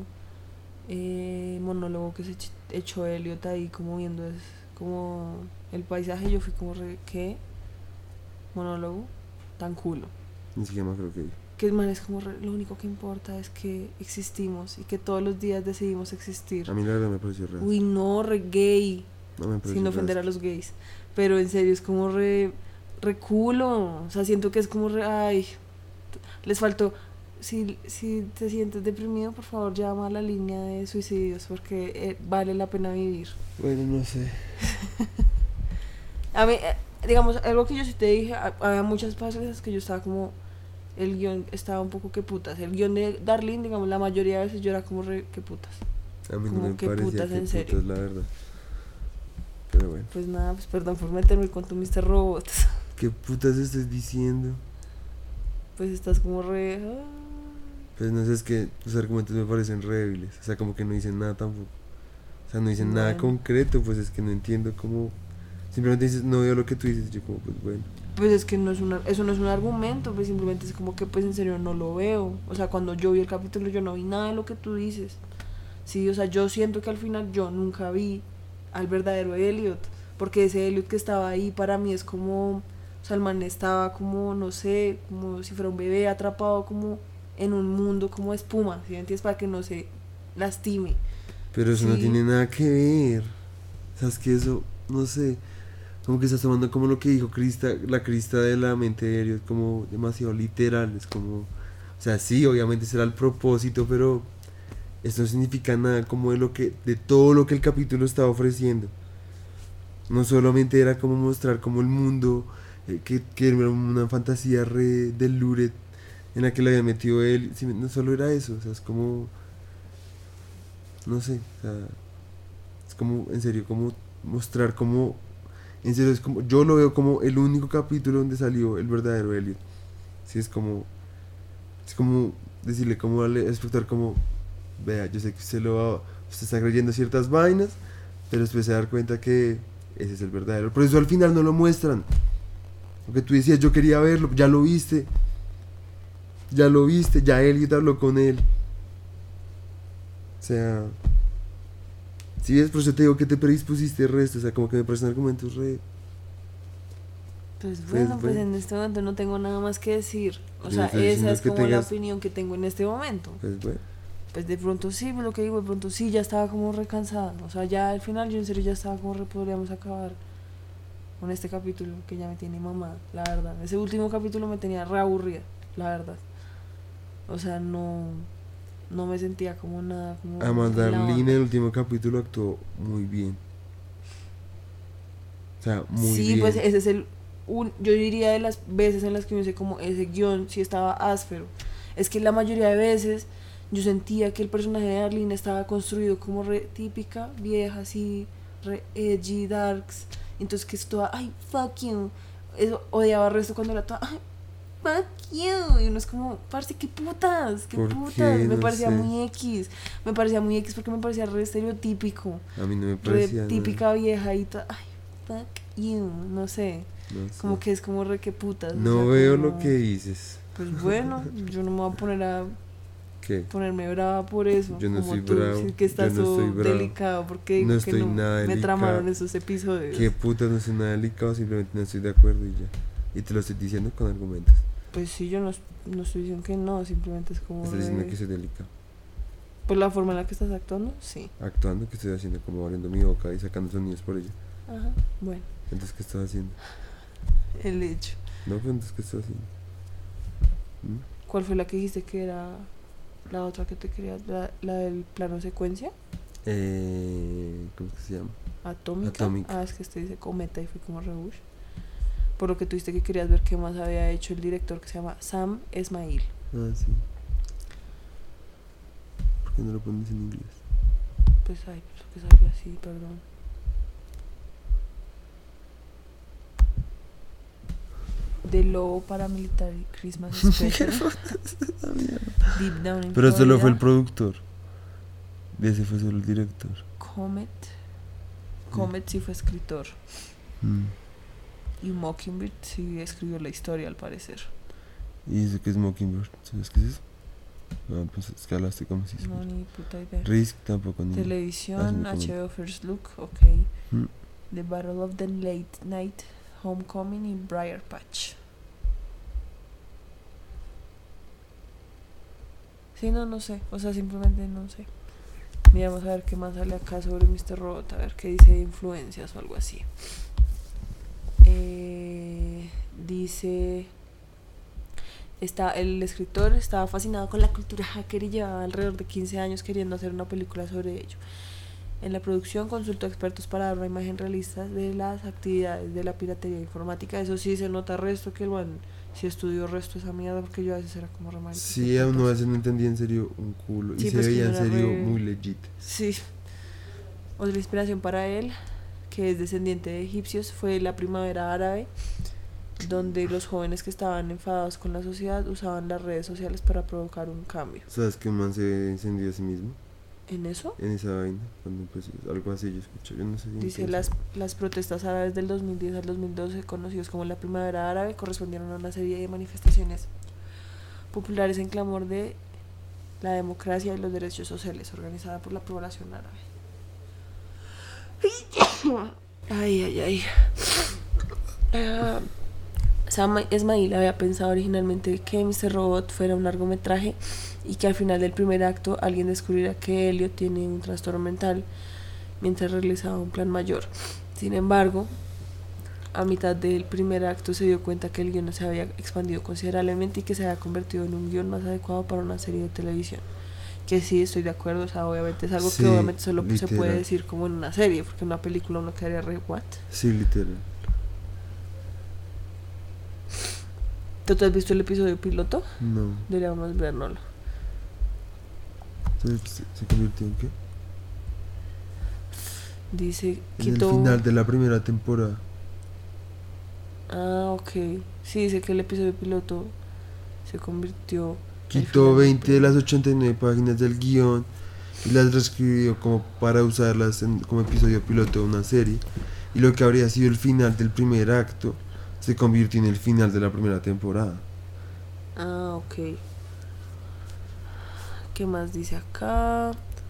eh, monólogo que se ech- echó Elliot ahí como viendo es, como el paisaje. Yo fui como re, ¿qué? Monólogo tan culo. Ni siquiera me acuerdo que Que es man, es como re, lo único que importa es que existimos y que todos los días decidimos existir. a mí la verdad me pareció real. Uy, no, re gay, No me pareció sin ofender a real. los gays. Pero en serio, es como re, re culo. O sea, siento que es como re, ay, les faltó. Si, si te sientes deprimido, por favor llama a la línea de suicidios porque eh, vale la pena vivir. Bueno, no sé. A mí, eh, digamos, algo que yo sí te dije, ha- había muchas veces que yo estaba como, el guión estaba un poco que putas. El guión de Darlene, digamos, la mayoría de veces yo era como re, que putas. A mí no Como me que parecía putas, que en serio. putas, la verdad. Pero bueno. Pues nada, pues perdón por meterme con tu mister Robot. ¿Qué putas estás diciendo? Pues estás como re... ah. Pues no sé, es que los argumentos me parecen re débiles. O sea, como que no dicen nada tampoco. O sea, no dicen nada Bueno. concreto, pues es que no entiendo cómo... Simplemente dices, no veo lo que tú dices, yo como, pues bueno. Pues es que no es una, eso no es un argumento, pues simplemente es como que pues en serio no lo veo. O sea, cuando yo vi el capítulo yo no vi nada de lo que tú dices. Sí, o sea, yo siento que al final yo nunca vi al verdadero Elliot, porque ese Elliot que estaba ahí para mí es como, o sea, el man estaba como, no sé, como si fuera un bebé atrapado como en un mundo como espuma, ¿sí me entiendes? Para que no se lastime. Pero eso no Sí. tiene nada que ver. O sea, es que eso, no sé, como que estás tomando como lo que dijo Krista, la Krista de la mente de Elliot, como demasiado literal, es como, o sea, sí, obviamente será el propósito, pero esto no significa nada como de lo que, de todo lo que el capítulo estaba ofreciendo. No solamente era como mostrar como el mundo, eh, que, que era una fantasía re del Luret en la que le había metido él, sí, no solo era eso, o sea, es como, no sé, o sea, es como, en serio, como mostrar como, en serio, es como, yo lo veo como el único capítulo donde salió el verdadero Elliot. Sí, es como, es como decirle como al espectador como, vea, yo sé que usted lo va, usted está creyendo ciertas vainas, pero después se da cuenta que ese es el verdadero. Por eso al final no lo muestran. Porque tú decías, yo quería verlo, ya lo viste. Ya lo viste, ya Elliot habló con él. O sea, si es por eso te digo que te predispusiste el resto, o sea, como que me parecen argumentos re... Pues Pues bueno, pues bueno. en este momento no tengo nada más que decir. O Yo sea, estoy esa diciendo es que como la tengas- opinión que tengo en este momento. Pues bueno, Pues de pronto sí, lo que digo, de pronto sí, ya estaba como recansada. O sea, ya al final yo en serio ya estaba como re, podríamos acabar con este capítulo que ya me tiene mamada, la verdad. Ese último capítulo me tenía re aburrida, la verdad. O sea, no, no me sentía como nada, como además en la Darlene en onda. el último capítulo actuó muy bien. O sea, muy Sí, bien. pues ese es el, un, yo diría de las veces en las que yo sé como ese guión sí estaba áspero. Es que la mayoría de veces yo sentía que el personaje de Darlene estaba construido como re típica, vieja, así, re edgy, darks. Entonces que esto, ay, fuck you. Eso, odiaba el resto cuando era toda, ay, fuck you. Y uno es como, parce, qué putas, qué ¿Por putas. qué? Me No parecía sé. muy X. Me parecía muy X porque me parecía re estereotípico. A mí no me Re parecía nada. típica vieja y toda, ay, fuck you. No sé. No sé. Como que es como re que putas. o No sea, veo como- lo que dices. Pues bueno, yo no me voy a poner a ¿Qué? ponerme brava por eso. Yo no como estoy tú, bravo, sí, que estás yo no todo estoy bravo. delicado porque digo No que estoy no nada me delicado. tramaron esos episodios. Qué puta, no soy nada delicado, simplemente no estoy de acuerdo y ya. Y te lo estoy diciendo con argumentos. Pues sí, yo no, no estoy diciendo que no, simplemente es como... Estás re- diciendo que soy delicado. Pues la forma en la que estás actuando, sí. Actuando, que estoy haciendo como abriendo mi boca y sacando sonidos por ella. Ajá, bueno, Entonces, ¿qué estás haciendo? el hecho. No, pues entonces, ¿qué estás haciendo? ¿Mm? ¿Cuál fue la que dijiste que era la otra que te quería, la, la del plano secuencia? Eh, ¿Cómo es que se llama? Atómica. Atómica. Ah, es que este dice cometa y fue como rebush. Por lo que tuviste que querías ver qué más había hecho el director que se llama Sam Esmail. Ah, sí. ¿Por qué no lo pones en inglés? Pues ay, pues que salió así, perdón. The Lobo Paramilitary Christmas Special. Deep Down in Pero solo fue el Florida. productor. De ese fue solo el director. Comet. Comet sí fue escritor. Mm. Y Mockingbird sí escribió la historia, al parecer. ¿Y eso qué es Mockingbird? ¿Sabes qué es eso? Ah, pues escalaste como si No, ni puta idea. Risk tampoco ni. Televisión, Hazme H B O como- First Look, ok. Mm. The Battle of the Late Night, Homecoming y Briar Patch. Sí, no, no sé. O sea, simplemente no sé. Miramos a ver qué más sale acá sobre mister Robot, a ver qué dice de influencias o algo así. Eh, dice... Está, el escritor estaba fascinado con la cultura hacker y llevaba alrededor de quince años queriendo hacer una película sobre ello. En la producción consultó a expertos para dar una imagen realista de las actividades de la piratería informática. Eso sí se nota resto que el man sí estudió resto esa mierda, porque yo a veces era como re marica, Sí, qué a uno a putas. veces no entendía en serio un culo. Sí, y se pues que veía en no era serio re- muy legit. Sí. Otra inspiración para él, que es descendiente de egipcios, fue la primavera árabe. donde los jóvenes que estaban enfadados con la sociedad usaban las redes sociales para provocar un cambio. ¿Sabes que un man se encendió a sí mismo? ¿En eso? En esa vaina, cuando empezó, algo así yo escuché, yo no sé si Dice, empezó. las, las protestas árabes del dos mil diez al dos mil doce, conocidos como la Primavera Árabe, correspondieron a una serie de manifestaciones populares en clamor de la democracia y los derechos sociales, organizada por la población árabe. Ay, ay, ay. Uh, Sam Esmail había pensado originalmente que míster Robot fuera un largometraje y que al final del primer acto alguien descubriera que Elliot tiene un trastorno mental mientras realizaba un plan mayor. Sin embargo, a mitad del primer acto se dio cuenta que el guion se había expandido considerablemente y que se había convertido en un guion más adecuado para una serie de televisión. Que sí, estoy de acuerdo, o sea, obviamente es algo Sí, que obviamente solo literal. se puede decir como en una serie, porque en una película uno quedaría re, ¿what? Sí, literal. ¿Tú has visto el episodio piloto? No. Deberíamos verlo. ¿Se, se convirtió en qué? Dice, En quitó... el final de la primera temporada. Ah, ok. Sí, dice que el episodio piloto se convirtió... Quitó veinte de las ochenta y nueve páginas del guión y las reescribió como para usarlas en, como episodio piloto de una serie. Y lo que habría sido el final del primer acto se convirtió en el final de la primera temporada. Ah, ok. ¿Qué más dice acá?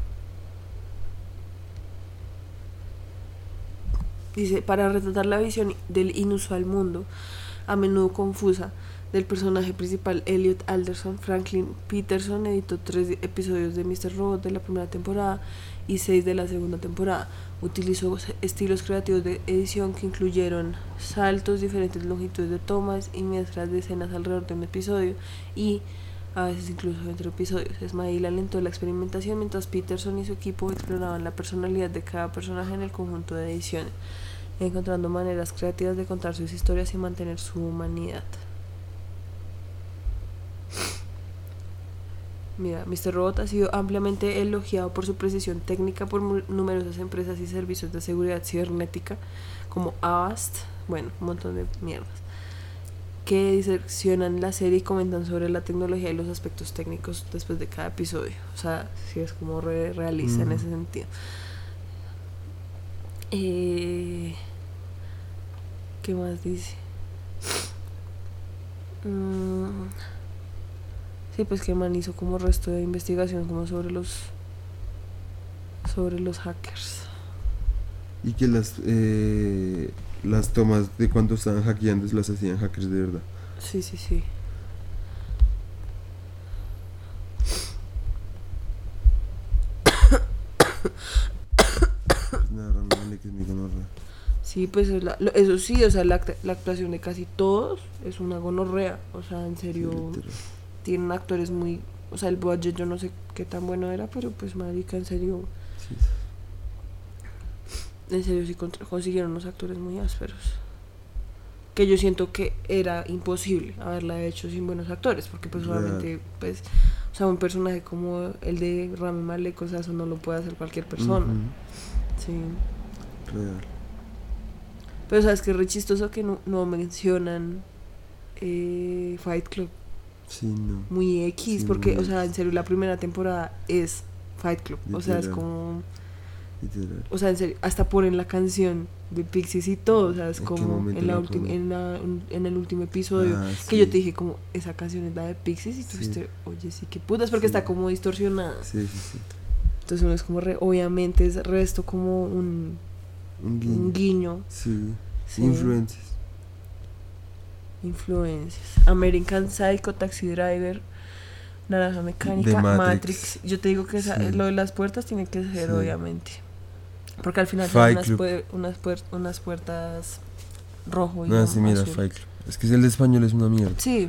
Dice, para retratar la visión del inusual mundo, a menudo confusa, del personaje principal Elliot Alderson, Franklin Peterson editó tres episodios de míster Robot de la primera temporada y seis de la segunda temporada. Utilizó estilos creativos de edición que incluyeron saltos, diferentes longitudes de tomas y mezclas de escenas alrededor de un episodio y a veces incluso entre episodios. Esmail alentó la experimentación mientras Peterson y su equipo exploraban la personalidad de cada personaje en el conjunto de ediciones, encontrando maneras creativas de contar sus historias y mantener su humanidad. Mira, míster Robot ha sido ampliamente elogiado por su precisión técnica por mu- numerosas empresas y servicios de seguridad cibernética como Avast, bueno, un montón de mierdas, que diseccionan la serie y comentan sobre la tecnología y los aspectos técnicos después de cada episodio. O sea, sí es como re- realista mm. en ese sentido. Eh, ¿Qué más dice? Mm, sí, pues que man hizo como resto de investigación como sobre los sobre los hackers. Y que las eh, las tomas de cuando estaban hackeando las hacían hackers de verdad. Sí, sí, sí. Nada, Ramón, que es mi gonorrea. Sí, pues la, lo, eso sí, o sea, la, la actuación de casi todos es una gonorrea. O sea, en serio, sí, tienen actores muy... O sea, el budget yo no sé qué tan bueno era, pero pues marica, en serio... Sí. En serio sí consiguieron unos actores muy ásperos. Que yo siento que era imposible haberla hecho sin buenos actores, porque pues obviamente, pues, o sea, un personaje como el de Rami Malek, o sea, eso no lo puede hacer cualquier persona. Uh-huh. Sí. Real. Pero sabes que es re chistoso que no, no mencionan eh, Fight Club. Sí, no. Muy X, sí, porque, o sea, en serio, la primera temporada es Fight Club. Literal. O sea, es como... Literal. O sea, en serio, hasta ponen la canción de Pixies y todo, o sea, es como en la última en, la, en el último episodio, ah, que sí. Yo te dije como, esa canción es la de Pixies y tú dijiste, sí. Oye, sí, qué putas, porque sí. Está como distorsionada. Sí, sí, sí. Entonces uno es como, re, obviamente es resto como un, un guiño. Un guiño. Sí. Sí. Influencias. Influencias. American Psycho, Taxi Driver, Naranja Mecánica, Matrix. Matrix. Yo te digo que esa, sí. Lo de las puertas tiene que ser, sí. Obviamente. Porque al final hay unas, puer- unas, puer- unas puertas rojo y no, sí, mira, Fight Club. Es que el de español es una mierda. Sí.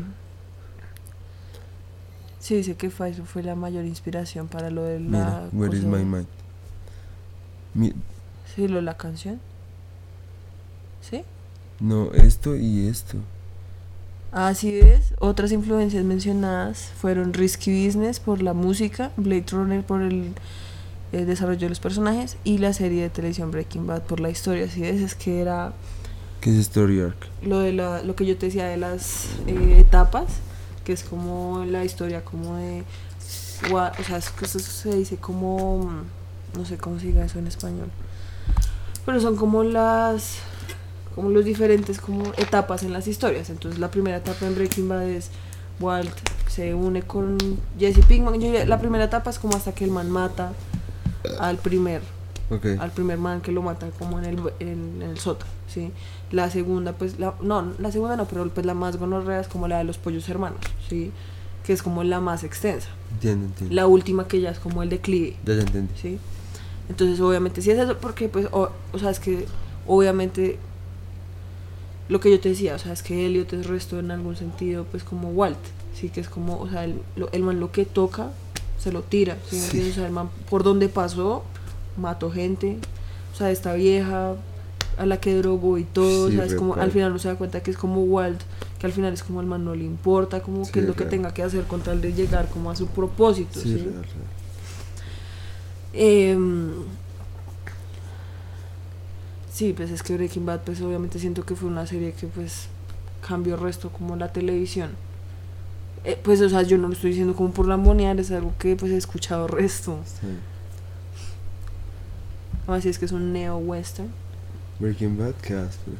Sí, dice que Fight Club fue la mayor inspiración para lo de la... Mira, Where is my mind? Mi- sí, lo de la canción. ¿Sí? No, esto y esto. Así es. Otras influencias mencionadas fueron Risky Business por la música, Blade Runner por el... el desarrollo de los personajes y la serie de televisión Breaking Bad por la historia. Así es, es que era ¿Qué es Story Arc? Lo de la, lo que yo te decía de las eh, etapas, que es como la historia como de, o sea, es que eso se dice como, no sé cómo se diga eso en español, pero son como las, como los diferentes como etapas en las historias. Entonces la primera etapa en Breaking Bad es Walt se une con Jesse Pinkman. Yo diría, la primera etapa es como hasta que el man mata al primer Okay. al primer man, que lo mata como en el, en, en el sótano, ¿sí? La segunda, pues, la, no, la segunda no, pero pues la más gonorrea es como la de los pollos hermanos, ¿sí? Que es como la más extensa. Entiendo, entiendo. La última que ya es como el declive. Ya, ya entendí. ¿Sí? Entonces, obviamente, sí es eso, porque, pues, o, o sea, es que, obviamente, lo que yo te decía, o sea, es que Elliot es resto en algún sentido, pues, como Walt, ¿sí? Que es como, o sea, el, lo, el man lo que toca, se lo tira, ¿sí? Sí. O sea, el man, por donde pasó, mató gente, o sea, esta vieja a la que drogó y todo, sí, o sea, es como, al final no se da cuenta que es como Walt, que al final es como el man no le importa, como sí, que es lo real. Que tenga que hacer con tal de llegar como a su propósito, ¿sí? ¿Sí? Real, real. Eh, sí, pues es que Breaking Bad, pues obviamente siento que fue una serie que pues cambió el resto como la televisión. Eh, pues, o sea, yo no lo estoy diciendo como por lambonear, es algo que pues he escuchado resto. Sí. Así es que es un neo-western. Breaking Bad, qué áspero.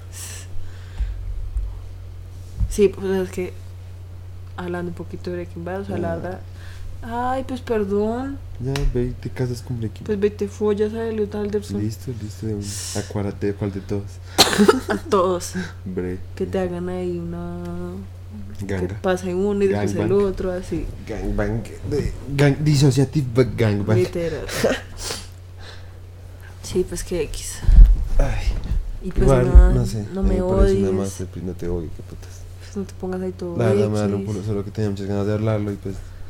Sí, pues es que hablando un poquito de Breaking Bad, o sea, ah. la verdad. Ay, pues perdón. Ya, ve, te casas con Breaking Bad. Pues ve, te follas a Elliot Alderson. Listo, listo, de un. Acuérdate de cuál de todos. A todos. Bre. Que te hagan ahí una. Ganga. Que pase uno y después el otro, así. Gangbang. De, gang, dissociative gangbang. Literal. Sí, pues que X. Ay. Y pues igual, no, no sé. No me, me odies. Una más, pues no te odio, qué putas. Pues no te pongas ahí todo. La verdad me da lo puro, solo que tenía muchas ganas de hablarlo y pues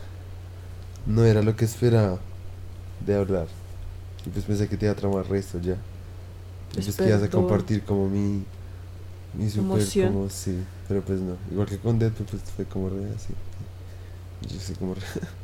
no era lo que esperaba de hablar. Y pues pensé que te iba a tramar resto ya. Y pues que ibas a compartir como mi mi super emoción. Como sí, pero pues no. Igual que con Deadpool pues fue como re así. Yo sé como re.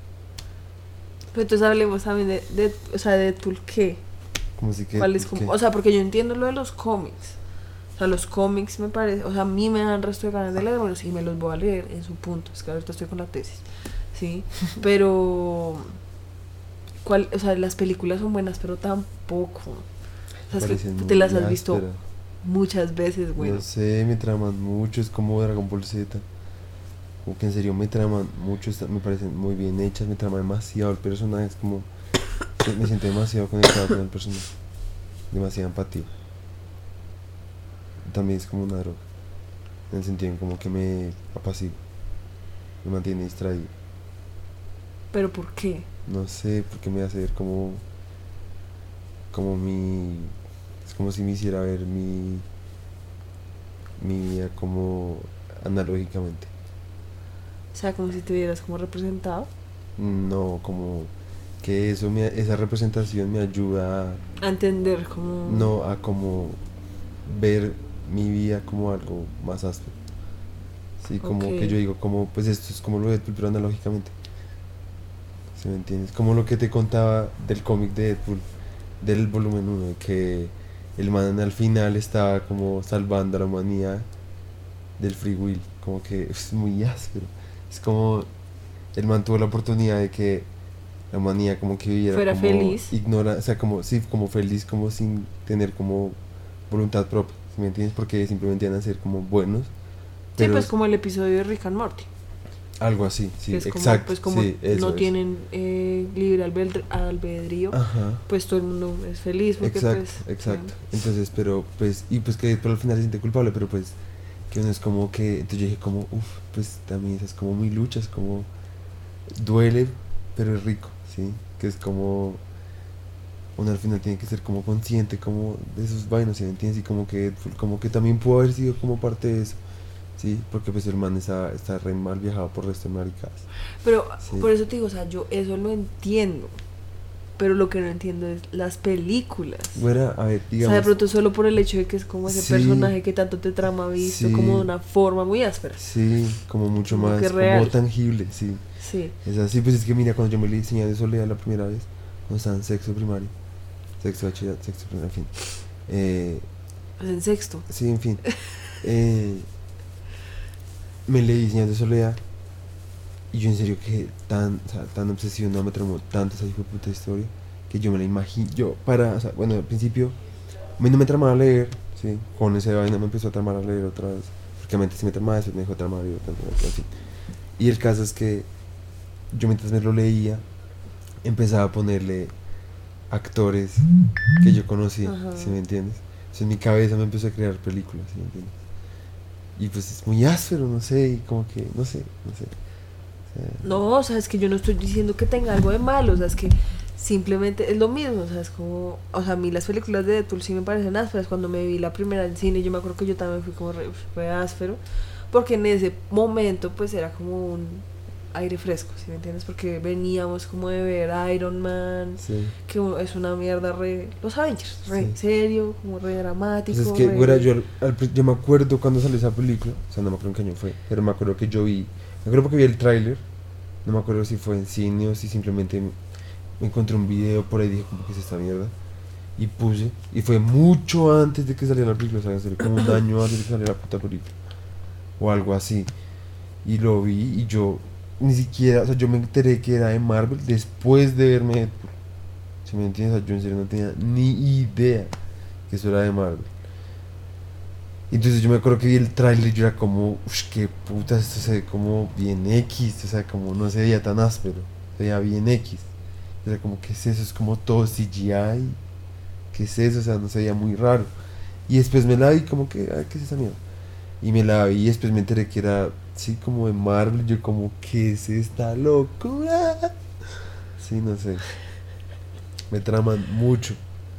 Pero entonces hablemos también de, de o sea, de Deadpool, ¿qué? Como si que, ¿Cuál es como, o sea, porque yo entiendo lo de los cómics. O sea, los cómics me parece, o sea, a mí me dan resto de ganas de leer, bueno, sí, me los voy a leer en su punto, es que ahorita estoy con la tesis, ¿sí? Pero, ¿cuál, o sea, las películas son buenas, pero tampoco. O sea, es que te las has visto áspera. Muchas veces, güey. No sé, me traman mucho, es como Dragon Ball Z. Como que en serio me traman mucho, me parecen muy bien hechas, me traman demasiado el personaje, es como... Me siento demasiado conectado con el personaje. Demasiada empatía. También es como una droga. En el sentido en como que me apacigua. Me mantiene distraído. ¿Pero por qué? No sé, porque me hace ver como... Como mi... Es como si me hiciera ver mi... Mi vida como... analógicamente. O sea, como si te vieras como representado. No, como... que eso me, esa representación me ayuda a, a entender como no a como ver mi vida como algo más áspero, sí, como okay. Que yo digo como pues esto es como lo de Deadpool pero analógicamente, ¿sí me entiendes? Como lo que te contaba del cómic de Deadpool del volumen uno, que el man al final estaba como salvando a la humanidad del free will, como que es muy áspero, es como el man tuvo la oportunidad de que la humanidad como que viviera fuera como feliz, ignora, o sea, como sí, como feliz, como sin tener como voluntad propia, ¿sí me entiendes? Porque simplemente iban a ser como buenos. Sí, pues como el episodio de Rick and Morty. Algo así, sí, es exacto. Como, pues como sí, no es. tienen eh, libre albedrío, ajá. Pues todo el mundo es feliz. Porque exacto, pues, exacto. Sí. Entonces, pero pues, y pues que pero al final se siente culpable, pero pues que uno es como que, entonces yo dije como, uff, pues también es como muy lucha, es como duele, pero es rico. Sí, que es como uno al final tiene que ser como consciente como de esos vainos, ¿sí me entiendes? Y como que como que también pudo haber sido como parte de eso, sí, porque pues el man está, está re mal viajado por resto de maricadas. Pero sí. Por eso te digo, o sea, yo eso lo entiendo, pero lo que no entiendo es las películas. Bueno, a ver, digamos. O sea, de pronto solo por el hecho de que es como ese sí, personaje que tanto te trama visto, sí, como de una forma muy áspera. Sí, como mucho como más, como tangible, sí. Sí. Es así, pues es que mira, cuando yo me leí Señal de Soledad la primera vez, cuando estaba en sexto primario, sexto bachillerato, sexto primario, en fin. Eh, Pues en sexto. Sí, en fin. Eh, me leí Señal de Soledad. Y yo en serio que tan, o sea, tan obsesionado, me tramó tanto esa hijo de puta historia que yo me la imagino. Yo, para, o sea, bueno, al principio, a mí no me tramaba a leer, sí. Con esa vaina me empezó a tramar a leer otra vez. Porque antes sí me tramaba, después me dejó tramar a leer otra vez, así. Y el caso es que yo mientras me lo leía, empezaba a ponerle actores que yo conocía, ¿sí me entiendes? Entonces en mi cabeza me empezó a crear películas, ¿sí me entiendes? Y pues es muy áspero, no sé, y como que, no sé, no sé. O sea, no, o sea, es que yo no estoy diciendo que tenga algo de malo, o sea, es que simplemente es lo mismo, o sea, es como, o sea, a mí las películas de Deadpool sí me parecen ásperas. Cuando me vi la primera en cine, yo me acuerdo que yo también fui como re, re áspero, porque en ese momento pues era como un aire fresco, ¿sí me entiendes? Porque veníamos como de ver Iron Man, sí. que es una mierda re, los Avengers, re Sí. serio, como re dramático. Pues es que, re... güera, yo, al, yo me acuerdo cuando salió esa película, o sea, no me acuerdo en qué año fue, pero me acuerdo que yo vi, me acuerdo porque vi el tráiler, no me acuerdo si fue en cine o si simplemente me, me encontré un video por ahí y dije, ¿cómo que es esta mierda? Y puse, y fue mucho antes de que saliera la película, o sea, sería como un año antes de que saliera la puta película, o algo así, y lo vi y yo ni siquiera, o sea, yo me enteré que era de Marvel después de verme Deadpool, ¿sí me entiendes? O sea, yo en serio no tenía ni idea que eso era de Marvel. Entonces yo me acuerdo que vi el tráiler y yo era como, uff, qué puta, esto se ve como bien X, o sea, como no se veía tan áspero, se veía bien X. O sea, como, ¿qué es eso? Es como todo C G I, ¿qué es eso? O sea, no se veía muy raro. Y después me la vi como que, ay, ¿qué es esa mierda? Y me la vi y después me enteré que era, sí, como de Marvel, yo como, ¿qué es esta locura? Sí, no sé, me traman mucho.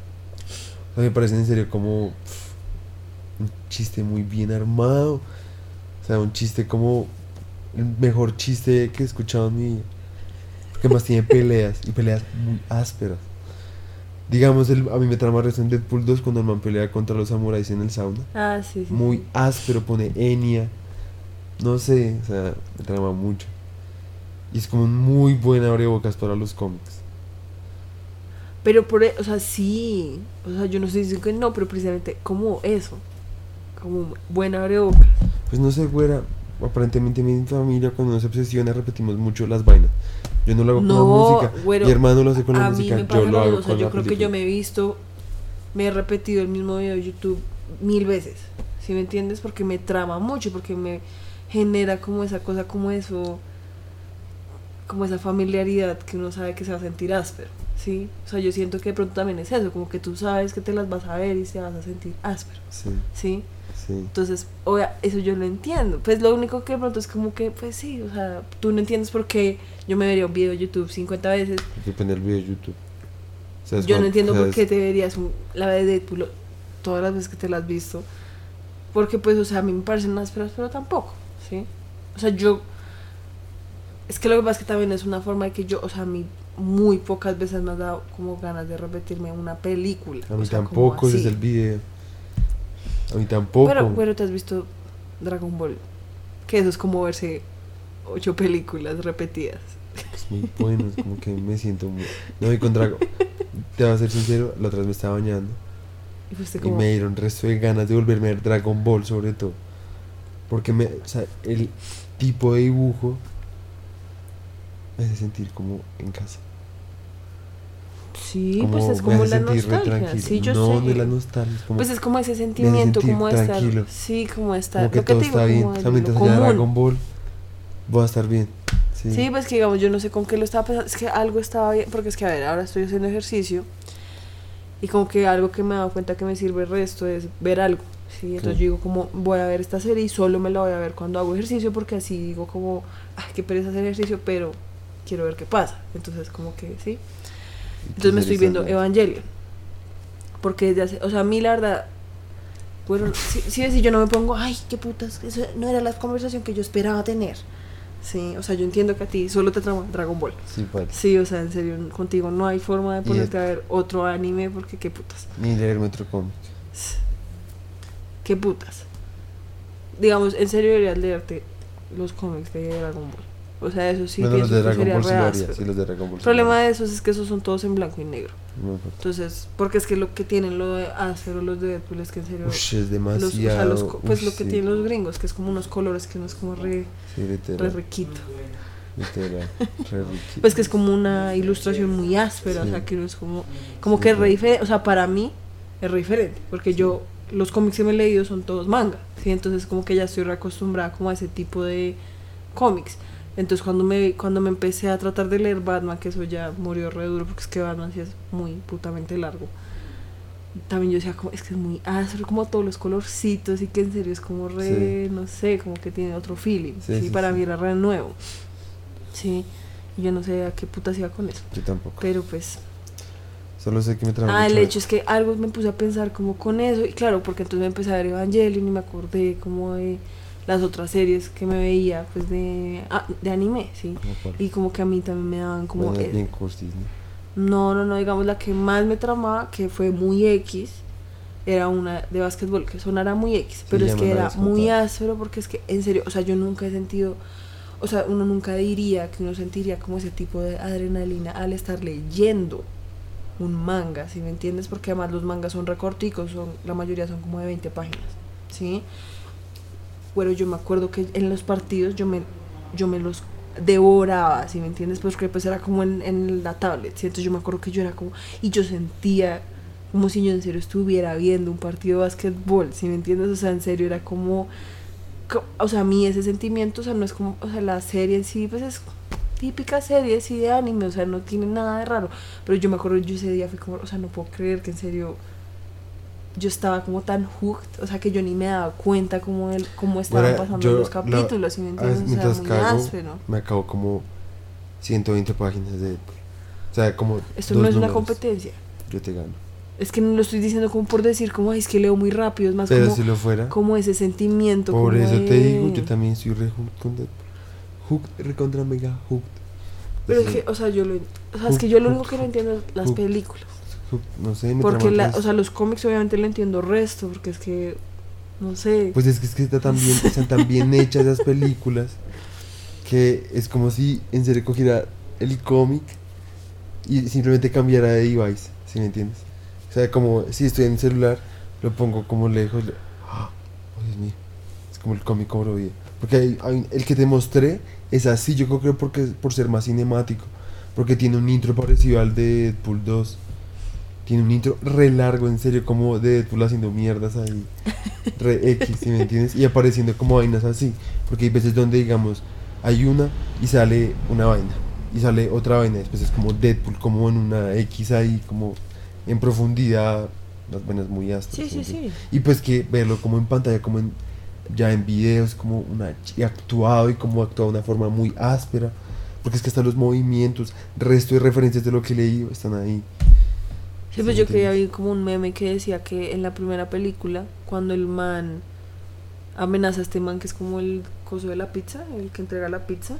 O sea, me parecen en serio como un chiste muy bien armado, o sea, un chiste como el mejor chiste que he escuchado en mi vida, que más tiene peleas y peleas muy ásperas. Digamos, el, a mí me trama en Deadpool dos cuando el man pelea contra los samuráis en el sauna, Ah, sí, sí. muy sí. áspero, pone Enya, no sé, o sea, me trama mucho y es como un muy buen abrebocas para los cómics. Pero por, e- o sea, sí, o sea, yo no estoy diciendo que no, pero precisamente como eso, como buena abrebocas. Pues no sé, güera, aparentemente mi familia cuando nos obsesiona repetimos mucho las vainas. Yo no lo hago con No, la música, güero, mi hermano lo hace con la a mí música, me pasa yo lo lo hago mismo, o sea, con yo la creo que película. yo me he visto, me he repetido el mismo video de YouTube mil veces, ¿sí me entiendes? Porque me trama mucho, porque me genera como esa cosa, como eso, como esa familiaridad que uno sabe que se va a sentir áspero, ¿sí? O sea, yo siento que de pronto también es eso, como que tú sabes que te las vas a ver y te vas a sentir áspero, Sí, ¿sí? sí. Entonces, obvia, eso yo lo entiendo. Pues lo único que de pronto es como que, pues sí, o sea, tú no entiendes por qué yo me vería un video de YouTube cincuenta veces. Depende del video de YouTube. ¿Sabes Yo no cuál? entiendo por ¿Sabes? qué te verías un, la de Deadpool todas las veces que te la has visto. Porque, pues, o sea, a mí me parecen ásperas, pero tampoco, ¿sí? O sea, yo. Es que lo que pasa es que también es una forma de que yo, o sea, a mí muy pocas veces me ha dado como ganas de repetirme una película. A mí o sea, tampoco, como ese es así. el video. A mí tampoco. Pero, pero te has visto Dragon Ball, que eso es como verse ocho películas repetidas. Es muy bueno, es como que me siento muy... No, y con Dragon... Te voy a ser sincero, la otra vez me estaba bañando Y fuiste y como, me dieron resto de ganas de volverme a ver Dragon Ball sobre todo. Porque me, o sea, el tipo de dibujo me hace sentir como en casa. sí, Como pues es me como hace la sentir re nostalgia. tranquilo. Sí, yo no, sé. de la nostalgia, es como, Pues es como ese sentimiento, sentir como estar, tranquilo. sí, como estar, como que lo que todo te digo, está bien. como O el- sea, mientras lo haya común. Dragon Ball, voy a estar bien. Sí, Sí, pues que digamos, yo no sé con qué lo estaba pensando, es que algo estaba bien, porque es que a ver, ahora estoy haciendo ejercicio y como que algo que me he dado cuenta que me sirve el resto es ver algo, ¿sí? Entonces Sí. yo digo como, voy a ver esta serie y solo me la voy a ver cuando hago ejercicio porque así digo como, ay, qué pereza hacer ejercicio, pero quiero ver qué pasa, entonces como que, ¿sí? ¿Y qué Entonces me estoy serie viendo estás Evangelion, porque desde hace, o sea, a mí la verdad, bueno, si, si, si yo no me pongo, ay, qué putas, eso no era la conversación que yo esperaba tener. Sí, o sea, yo entiendo que a ti solo te trama Dragon Ball. Sí, padre. Sí, o sea, en serio, contigo no hay forma de Y ponerte es- a ver otro anime porque qué putas. Ni leerme otro cómic. Qué putas. Digamos, en serio deberías leerte los cómics de Dragon Ball. O sea, eso sí bueno, los pienso de que Dragon sería Ball sí re lo haría. áspero. Sí, los de Dragon Ball El sí problema lo haría. de esos es que esos son todos en blanco y negro. No importa. Entonces, porque es que lo que tienen lo de áspero los de Deadpool es que en serio Ush, es los, o demasiado. sea, los co- pues ush, lo que sí. tienen los gringos, que es como unos colores que no es como re, Sí, re literal. riquito. Literal. Re riqui- Pues que es como una ilustración muy áspera, Sí. o sea, que no es como como Sí, que es re sí. diferente, o sea, para mí es re diferente, porque Sí. yo los cómics que me he leído son todos manga, ¿sí? Entonces como que ya estoy reacostumbrada como a ese tipo de cómics. Entonces cuando me cuando me empecé a tratar de leer Batman, que eso ya murió re duro porque es que Batman sí es muy putamente largo. También yo decía como es que es muy áspero, como todos los colorcitos y que en serio es como re, no sé, como que tiene otro feeling. Sí, Sí, sí, para sí. mí era re nuevo. Sí. Y yo no sé a qué putas iba con eso, Yo tampoco. pero pues Solo sé que me trajo ah, el mucho- hecho es que algo me puse a pensar como con eso, y claro, porque entonces me empecé a ver Evangelion y me acordé como de las otras series que me veía, pues de, ah, de anime, sí, como cuál. y como que a mí también me daban como... Bueno, eh, bien cursis, ¿no? no, no, no, digamos la que más me tramaba, que fue muy X, era una de básquetbol, que sonara muy X, pero ya es me que la era habías muy contado. áspero, porque es que en serio, o sea, yo nunca he sentido... O sea, uno nunca diría que uno sentiría como ese tipo de adrenalina al estar leyendo un manga, ¿sí me entiendes? Porque además los mangas son recorticos, son, la mayoría son como de veinte páginas, ¿sí? Pero yo me acuerdo que en los partidos yo me, yo me los devoraba, ¿sí me entiendes? Pues que pues era como en, en la tablet, ¿sí? Entonces yo me acuerdo que yo era como, y yo sentía como si yo en serio estuviera viendo un partido de básquetbol, ¿sí me entiendes? O sea, en serio era como, co- o sea, a mí ese sentimiento, o sea, no es como, o sea, la serie en sí, pues es típica serie sí de anime, o sea, no tiene nada de raro, pero yo me acuerdo, yo ese día fui como, o sea, no puedo creer que en serio yo estaba como tan hooked, o sea, que yo ni me daba cuenta cómo, el, cómo estaban Bueno, pasando yo los la- capítulos, ¿sí me a entiendes? veces O sea, mientras muy cago, áspero. me acabo como ciento veinte páginas de Deadpool. O sea, como Esto dos no es una números. competencia. Yo te gano. Es que no lo estoy diciendo como por decir, como, ay, es que leo muy rápido, es más Pero como, si lo fuera, como ese sentimiento. por como eso te de- digo, yo también soy re hooked con Deadpool. Hooked, recontra mega hooked. Pero es Sí, que, o sea, yo lo, o sea, es que yo lo único que no entiendo es las Hook. películas. hooked, no sé, me Porque, trama la, tres. o sea, los cómics obviamente lo entiendo resto, porque es que, no sé. Pues es que, es que está tan bien, están tan bien hechas esas películas que es como si en serio cogiera el cómic y simplemente cambiara de device, ¿sí me entiendes? O sea, como si estoy en el celular, lo pongo como lejos. le- ¡Ah! Oh, Dios mío, es como el cómic como lo vi. Porque hay- hay- el que te mostré es así, yo creo que porque por ser más cinemático, porque tiene un intro parecido al de Deadpool dos. Tiene un intro re largo, en serio, como de Deadpool haciendo mierdas ahí, re X, ¿sí me entiendes? Y apareciendo como vainas así, porque hay veces donde, digamos, hay una y sale una vaina, y sale otra vaina, después es como Deadpool, como en una X ahí, como en profundidad, las vainas muy ásperas. Sí, sí, ¿sí me entiendes? sí. Y pues que verlo como en pantalla, como en, ya en videos, como una, y actuado, y como actuado de una forma muy áspera, porque es que hasta los movimientos, resto de referencias de lo que he leído están ahí. Sí, pues yo que vi como un meme que decía que en la primera película, cuando el man amenaza a este man que es como el coso de la pizza, el que entrega la pizza,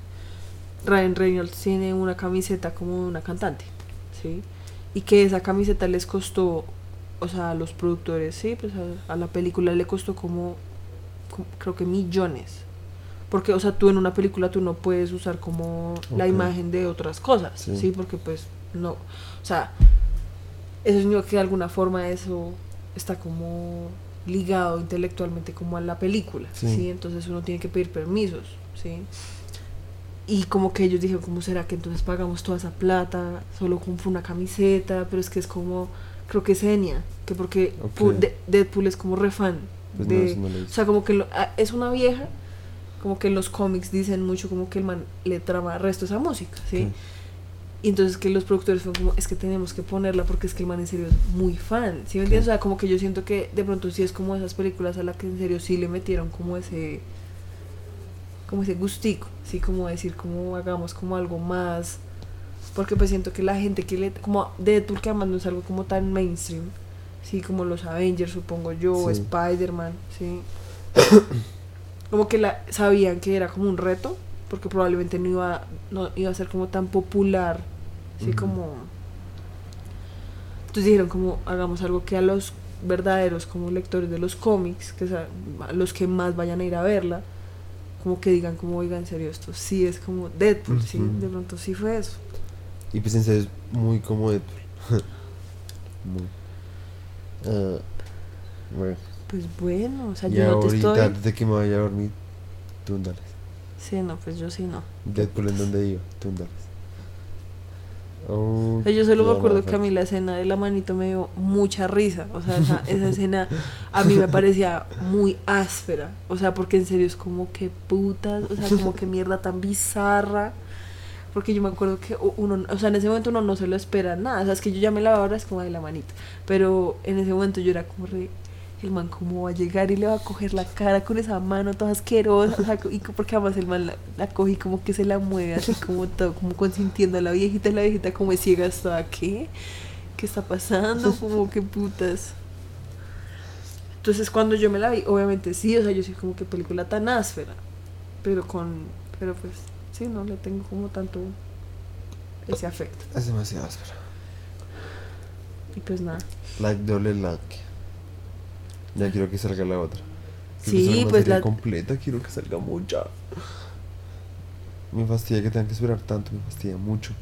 Ryan Reynolds tiene una camiseta como de una cantante, ¿sí? Y que esa camiseta les costó, o sea, a los productores, sí, pues a, a la película le costó como, como, creo que millones. Porque, o sea, tú en una película tú no puedes usar como la Ok. imagen de otras cosas, Sí. ¿sí? Porque pues no, o sea, eso significa que de alguna forma eso está como ligado intelectualmente como a la película, Sí. ¿sí? Entonces uno tiene que pedir permisos, ¿sí? Y como que ellos dijeron, ¿cómo será que entonces pagamos toda esa plata? Solo compro una camiseta, pero es que es como, creo que es Enya, que porque Ok. Pu- de- Deadpool es como re fan Pues no, de, eso no lo he o visto. sea, como que lo- ah, es una vieja, como que en los cómics dicen mucho como que el man le trama resto esa música, ¿sí? Ok. Y entonces que los productores fueron como, es que tenemos que ponerla porque es que el man en serio es muy fan, ¿sí me entiendes? Sí. O sea, como que yo siento que de pronto sí es como esas películas a las que en serio sí le metieron como ese, como ese gustico, ¿sí? Como decir, como hagamos como algo más, porque pues siento que la gente que le, como Deadpool que además no es algo como tan mainstream, ¿sí? Como los Avengers, supongo yo, o Sí. Spider-Man, ¿sí? Como que la, sabían que era como un reto, porque probablemente no iba, no iba a ser como tan popular, así Ujú. como... Entonces dijeron como, hagamos algo que a los verdaderos como lectores de los cómics, que sea, a los que más vayan a ir a verla, como que digan como, oiga, en serio, esto sí es como Deadpool, sí, Ujú. de pronto sí fue eso. Y pues en serio es muy como Deadpool. Muy. Ah, bueno. Pues bueno, o sea, Y yo no te ahorita, estoy... antes de que me vaya a dormir, túndales. Sí, no, pues yo sí no. Deadpool en donde iba, túndales. O Oh, sea, yo solo me ya acuerdo nada, que a mí falta. la escena de la manito me dio mucha risa. O sea, esa, esa escena a mí me parecía muy áspera. O sea, porque en serio es como que putas, o sea, como que mierda tan bizarra. Porque yo me acuerdo que uno, o sea, en ese momento uno no se lo espera nada. O sea, es que yo ya me la veo ahora, es como de la manita. Pero en ese momento yo era como re, el man cómo va a llegar y le va a coger la cara con esa mano toda asquerosa. O sea, y porque además el man la, la coge y como que se la mueve así como todo, como consintiendo a la viejita. Y la viejita como es ciega hasta, ¿qué? ¿Qué está pasando? Como que putas. Entonces cuando yo me la vi, obviamente sí, o sea, yo soy como que película tan áspera. Pero con, pero pues... Sí, no le tengo como tanto ese afecto. Es demasiado áspero. Y pues nada. Like, doble like. Ya quiero que salga la otra. Quiero que Sí, salga una pues serie la... completa, quiero que salga mucha. Me fastidia que tengan que esperar tanto, me fastidia mucho.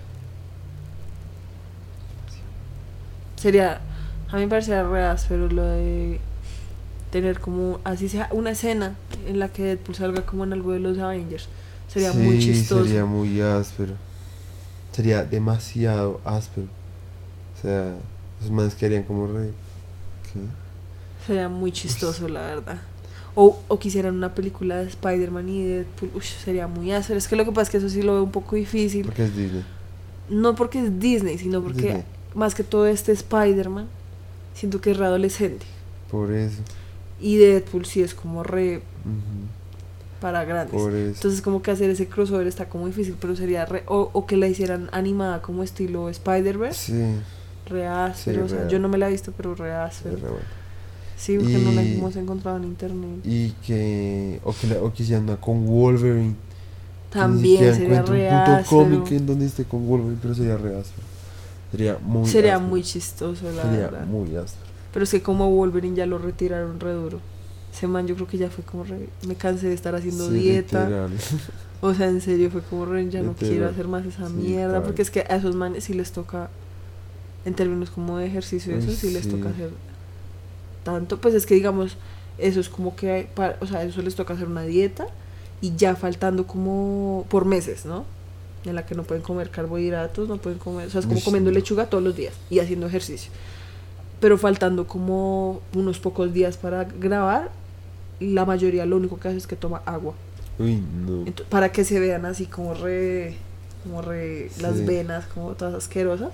Sería... A mí me parecería re pero lo de tener como... Así sea una escena en la que Deadpool salga como en algo de los Avengers. Sería sí, muy chistoso. Sería muy áspero. Sería demasiado áspero. O sea, los más que harían como re... ¿Qué? Sería muy chistoso, Uy. La verdad. O, o quisieran una película de Spider-Man y Deadpool. Uy, sería muy áspero. Es que lo que pasa es que eso sí lo veo un poco difícil. Porque es Disney. No porque es Disney, sino porque Disney. Más que todo este Spider-Man, siento que es re adolescente. Por eso. Y Deadpool sí es como re... Uh-huh. Para grandes. Por eso. Entonces como que hacer ese crossover está como difícil, pero sería re... O, o que la hicieran animada como estilo Spider-Verse. Sí. Re áspero, sí, o sea, re yo no me la he visto, pero re áspero. Re bueno. Sí, porque y, no la hemos encontrado en internet. Y que... O que, la, o que hicieran una con Wolverine. También sería re un puto áspero. cómic en donde esté con Wolverine, pero sería re áspero. Sería muy Sería áspero. muy chistoso, la sería verdad. muy áspero. Pero es que como Wolverine ya lo retiraron re duro. Ese man yo creo que ya fue como re... Me cansé de estar haciendo sí, dieta. Literal. O sea, en serio fue como re... Ya literal. No quiero hacer más esa sí, mierda. Claro. Porque es que a esos manes sí les toca... En términos como de ejercicio, eso Uy, sí, sí les toca hacer tanto. Pues es que digamos... Eso es como que... Hay, para, o sea, eso les toca hacer una dieta. Y ya faltando como... Por meses, ¿no? En la que no pueden comer carbohidratos, no pueden comer... O sea, es como Uy, comiendo sí. lechuga todos los días. Y haciendo ejercicio. Pero faltando como unos pocos días para grabar, la mayoría lo único que hace es que toma agua. Uy, no. Entonces, para que se vean así como re, como re sí. Las venas como todas asquerosas.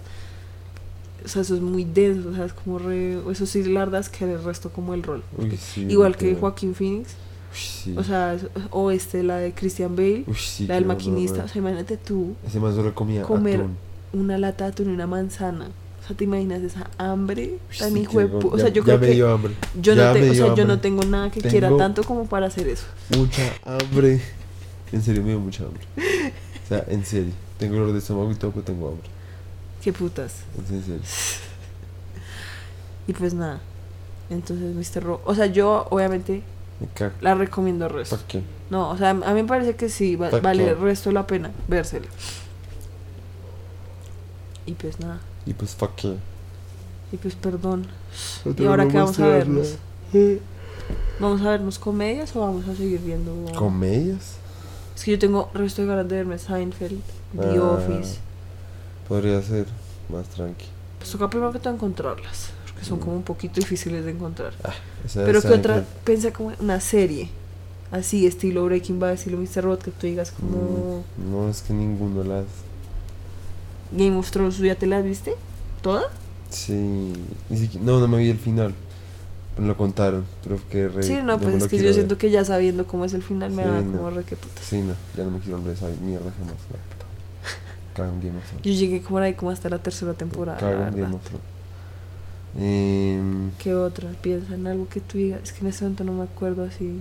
O sea, eso es muy denso, o sea, es como re, eso sí, la verdad es que el resto como el rol. Uy, sí, igual que Joaquín Phoenix. Uy, sí. O sea, o este, la de Christian Bale, Uy, sí, la del maquinista. O sea, imagínate tú. Ese man solo comía comer atún. Una lata de atún y una manzana. O sea, ¿te imaginas esa hambre tan sí, hijo de pu- O sea, yo ya creo me que dio hambre. Yo ya no, te, o sea, hambre. yo no tengo nada que tengo quiera tanto como para hacer eso. Mucha hambre. En serio me dio mucha hambre. O sea, en serio. Tengo dolor de estómago y todo, pero tengo hambre. Qué putas. En serio. Y pues nada. Entonces, mister Ro, o sea, yo obviamente me cago. La recomiendo el resto. ¿Para qué? No, o sea, a mí me parece que sí, va, vale el resto la pena vérsela. Y pues nada. Y pues fuck qué. Y pues perdón. No ¿Y ahora qué vamos a vernos? ¿Vamos a vernos comedias o vamos a seguir viendo? ¿Comedias? Es que yo tengo resto de ganas de verme Seinfeld, The ah, Office. Podría ser más tranqui. Pues toca primero que todo encontrarlas, porque son mm. como un poquito difíciles de encontrar. Ah, pero que otra, pensé como una serie, así, estilo Breaking Bad, estilo mister Robot, que tú digas como... Mm, no, es que ninguno las... Game of Thrones, ¿ya te las viste? ¿Toda? Sí, no, no me vi el final. Me lo contaron, pero que re, sí, no, no pues es que yo ver. Siento que ya sabiendo cómo es el final me sí, da como no. re que puta. Sí, no, ya no me quiero ver esa mierda jamás. Cago en Game of Thrones. Yo llegué como ahí como hasta la tercera temporada. Cago en Game of Thrones. Eh, ¿Qué otra? Piensa en algo que tú digas. Es que en este momento no me acuerdo así.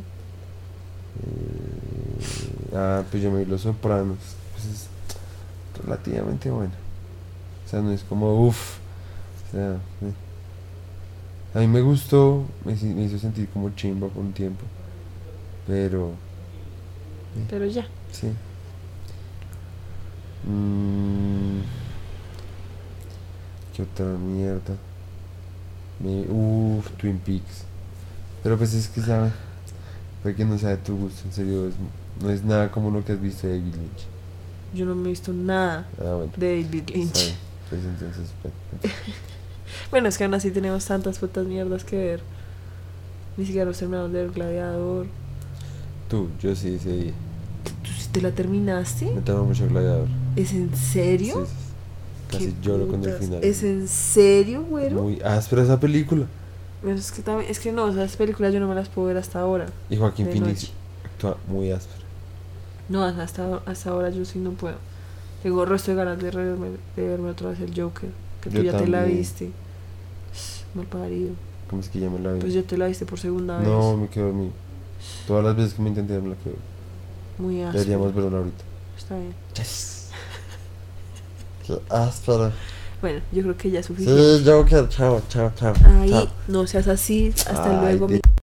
Eh, ah, pues yo me vi Los Sopranos. Pues es relativamente buena. O sea, no es como uff. O sea, eh. A mí me gustó, me, me hizo sentir como chimba por un tiempo. Pero... Eh, pero ya. Sí. Mm, ¿Qué otra mierda? Me... Uff, Twin Peaks. Pero pues es que sabe, fue que no sabe tu gusto, en serio, es- no es nada como lo que has visto de David Lynch. Yo no me he visto nada Ah, bueno, de David está Lynch. bien. Pues entonces, pues, Bueno, es que aún así tenemos tantas putas mierdas que ver. Ni siquiera nos terminamos de ver Gladiador. tú, yo sí, ese día. ¿Tú sí te la terminaste? Me toma mucho Gladiador. ¿Es en Sí, serio? sí, sí. Casi ¿Qué lloro con el putas? final. ¿Es en serio, güero? Muy áspera esa película. Bueno, es que también, es que no, esas películas yo no me las puedo ver hasta ahora. Y Joaquín De Phoenix noche. actúa muy áspero. No, hasta, hasta ahora yo sí no puedo. Tengo resto de ganas de, verme, de verme otra vez el Joker. Que tú Yo ya te la también. viste. Mal parido. ¿Cómo es que ya me la vi? Pues ya te la viste por segunda No, vez. me quedo dormido. Todas las veces que me intenté me la quedo. Muy áspero. Deberíamos verla ahorita. Está bien. Yes. Qué áspera. Bueno, yo creo que ya es suficiente. Sí, Joker, chao, chao, chao. Ahí, chao. no seas así. Hasta Ay, luego, Dios. mi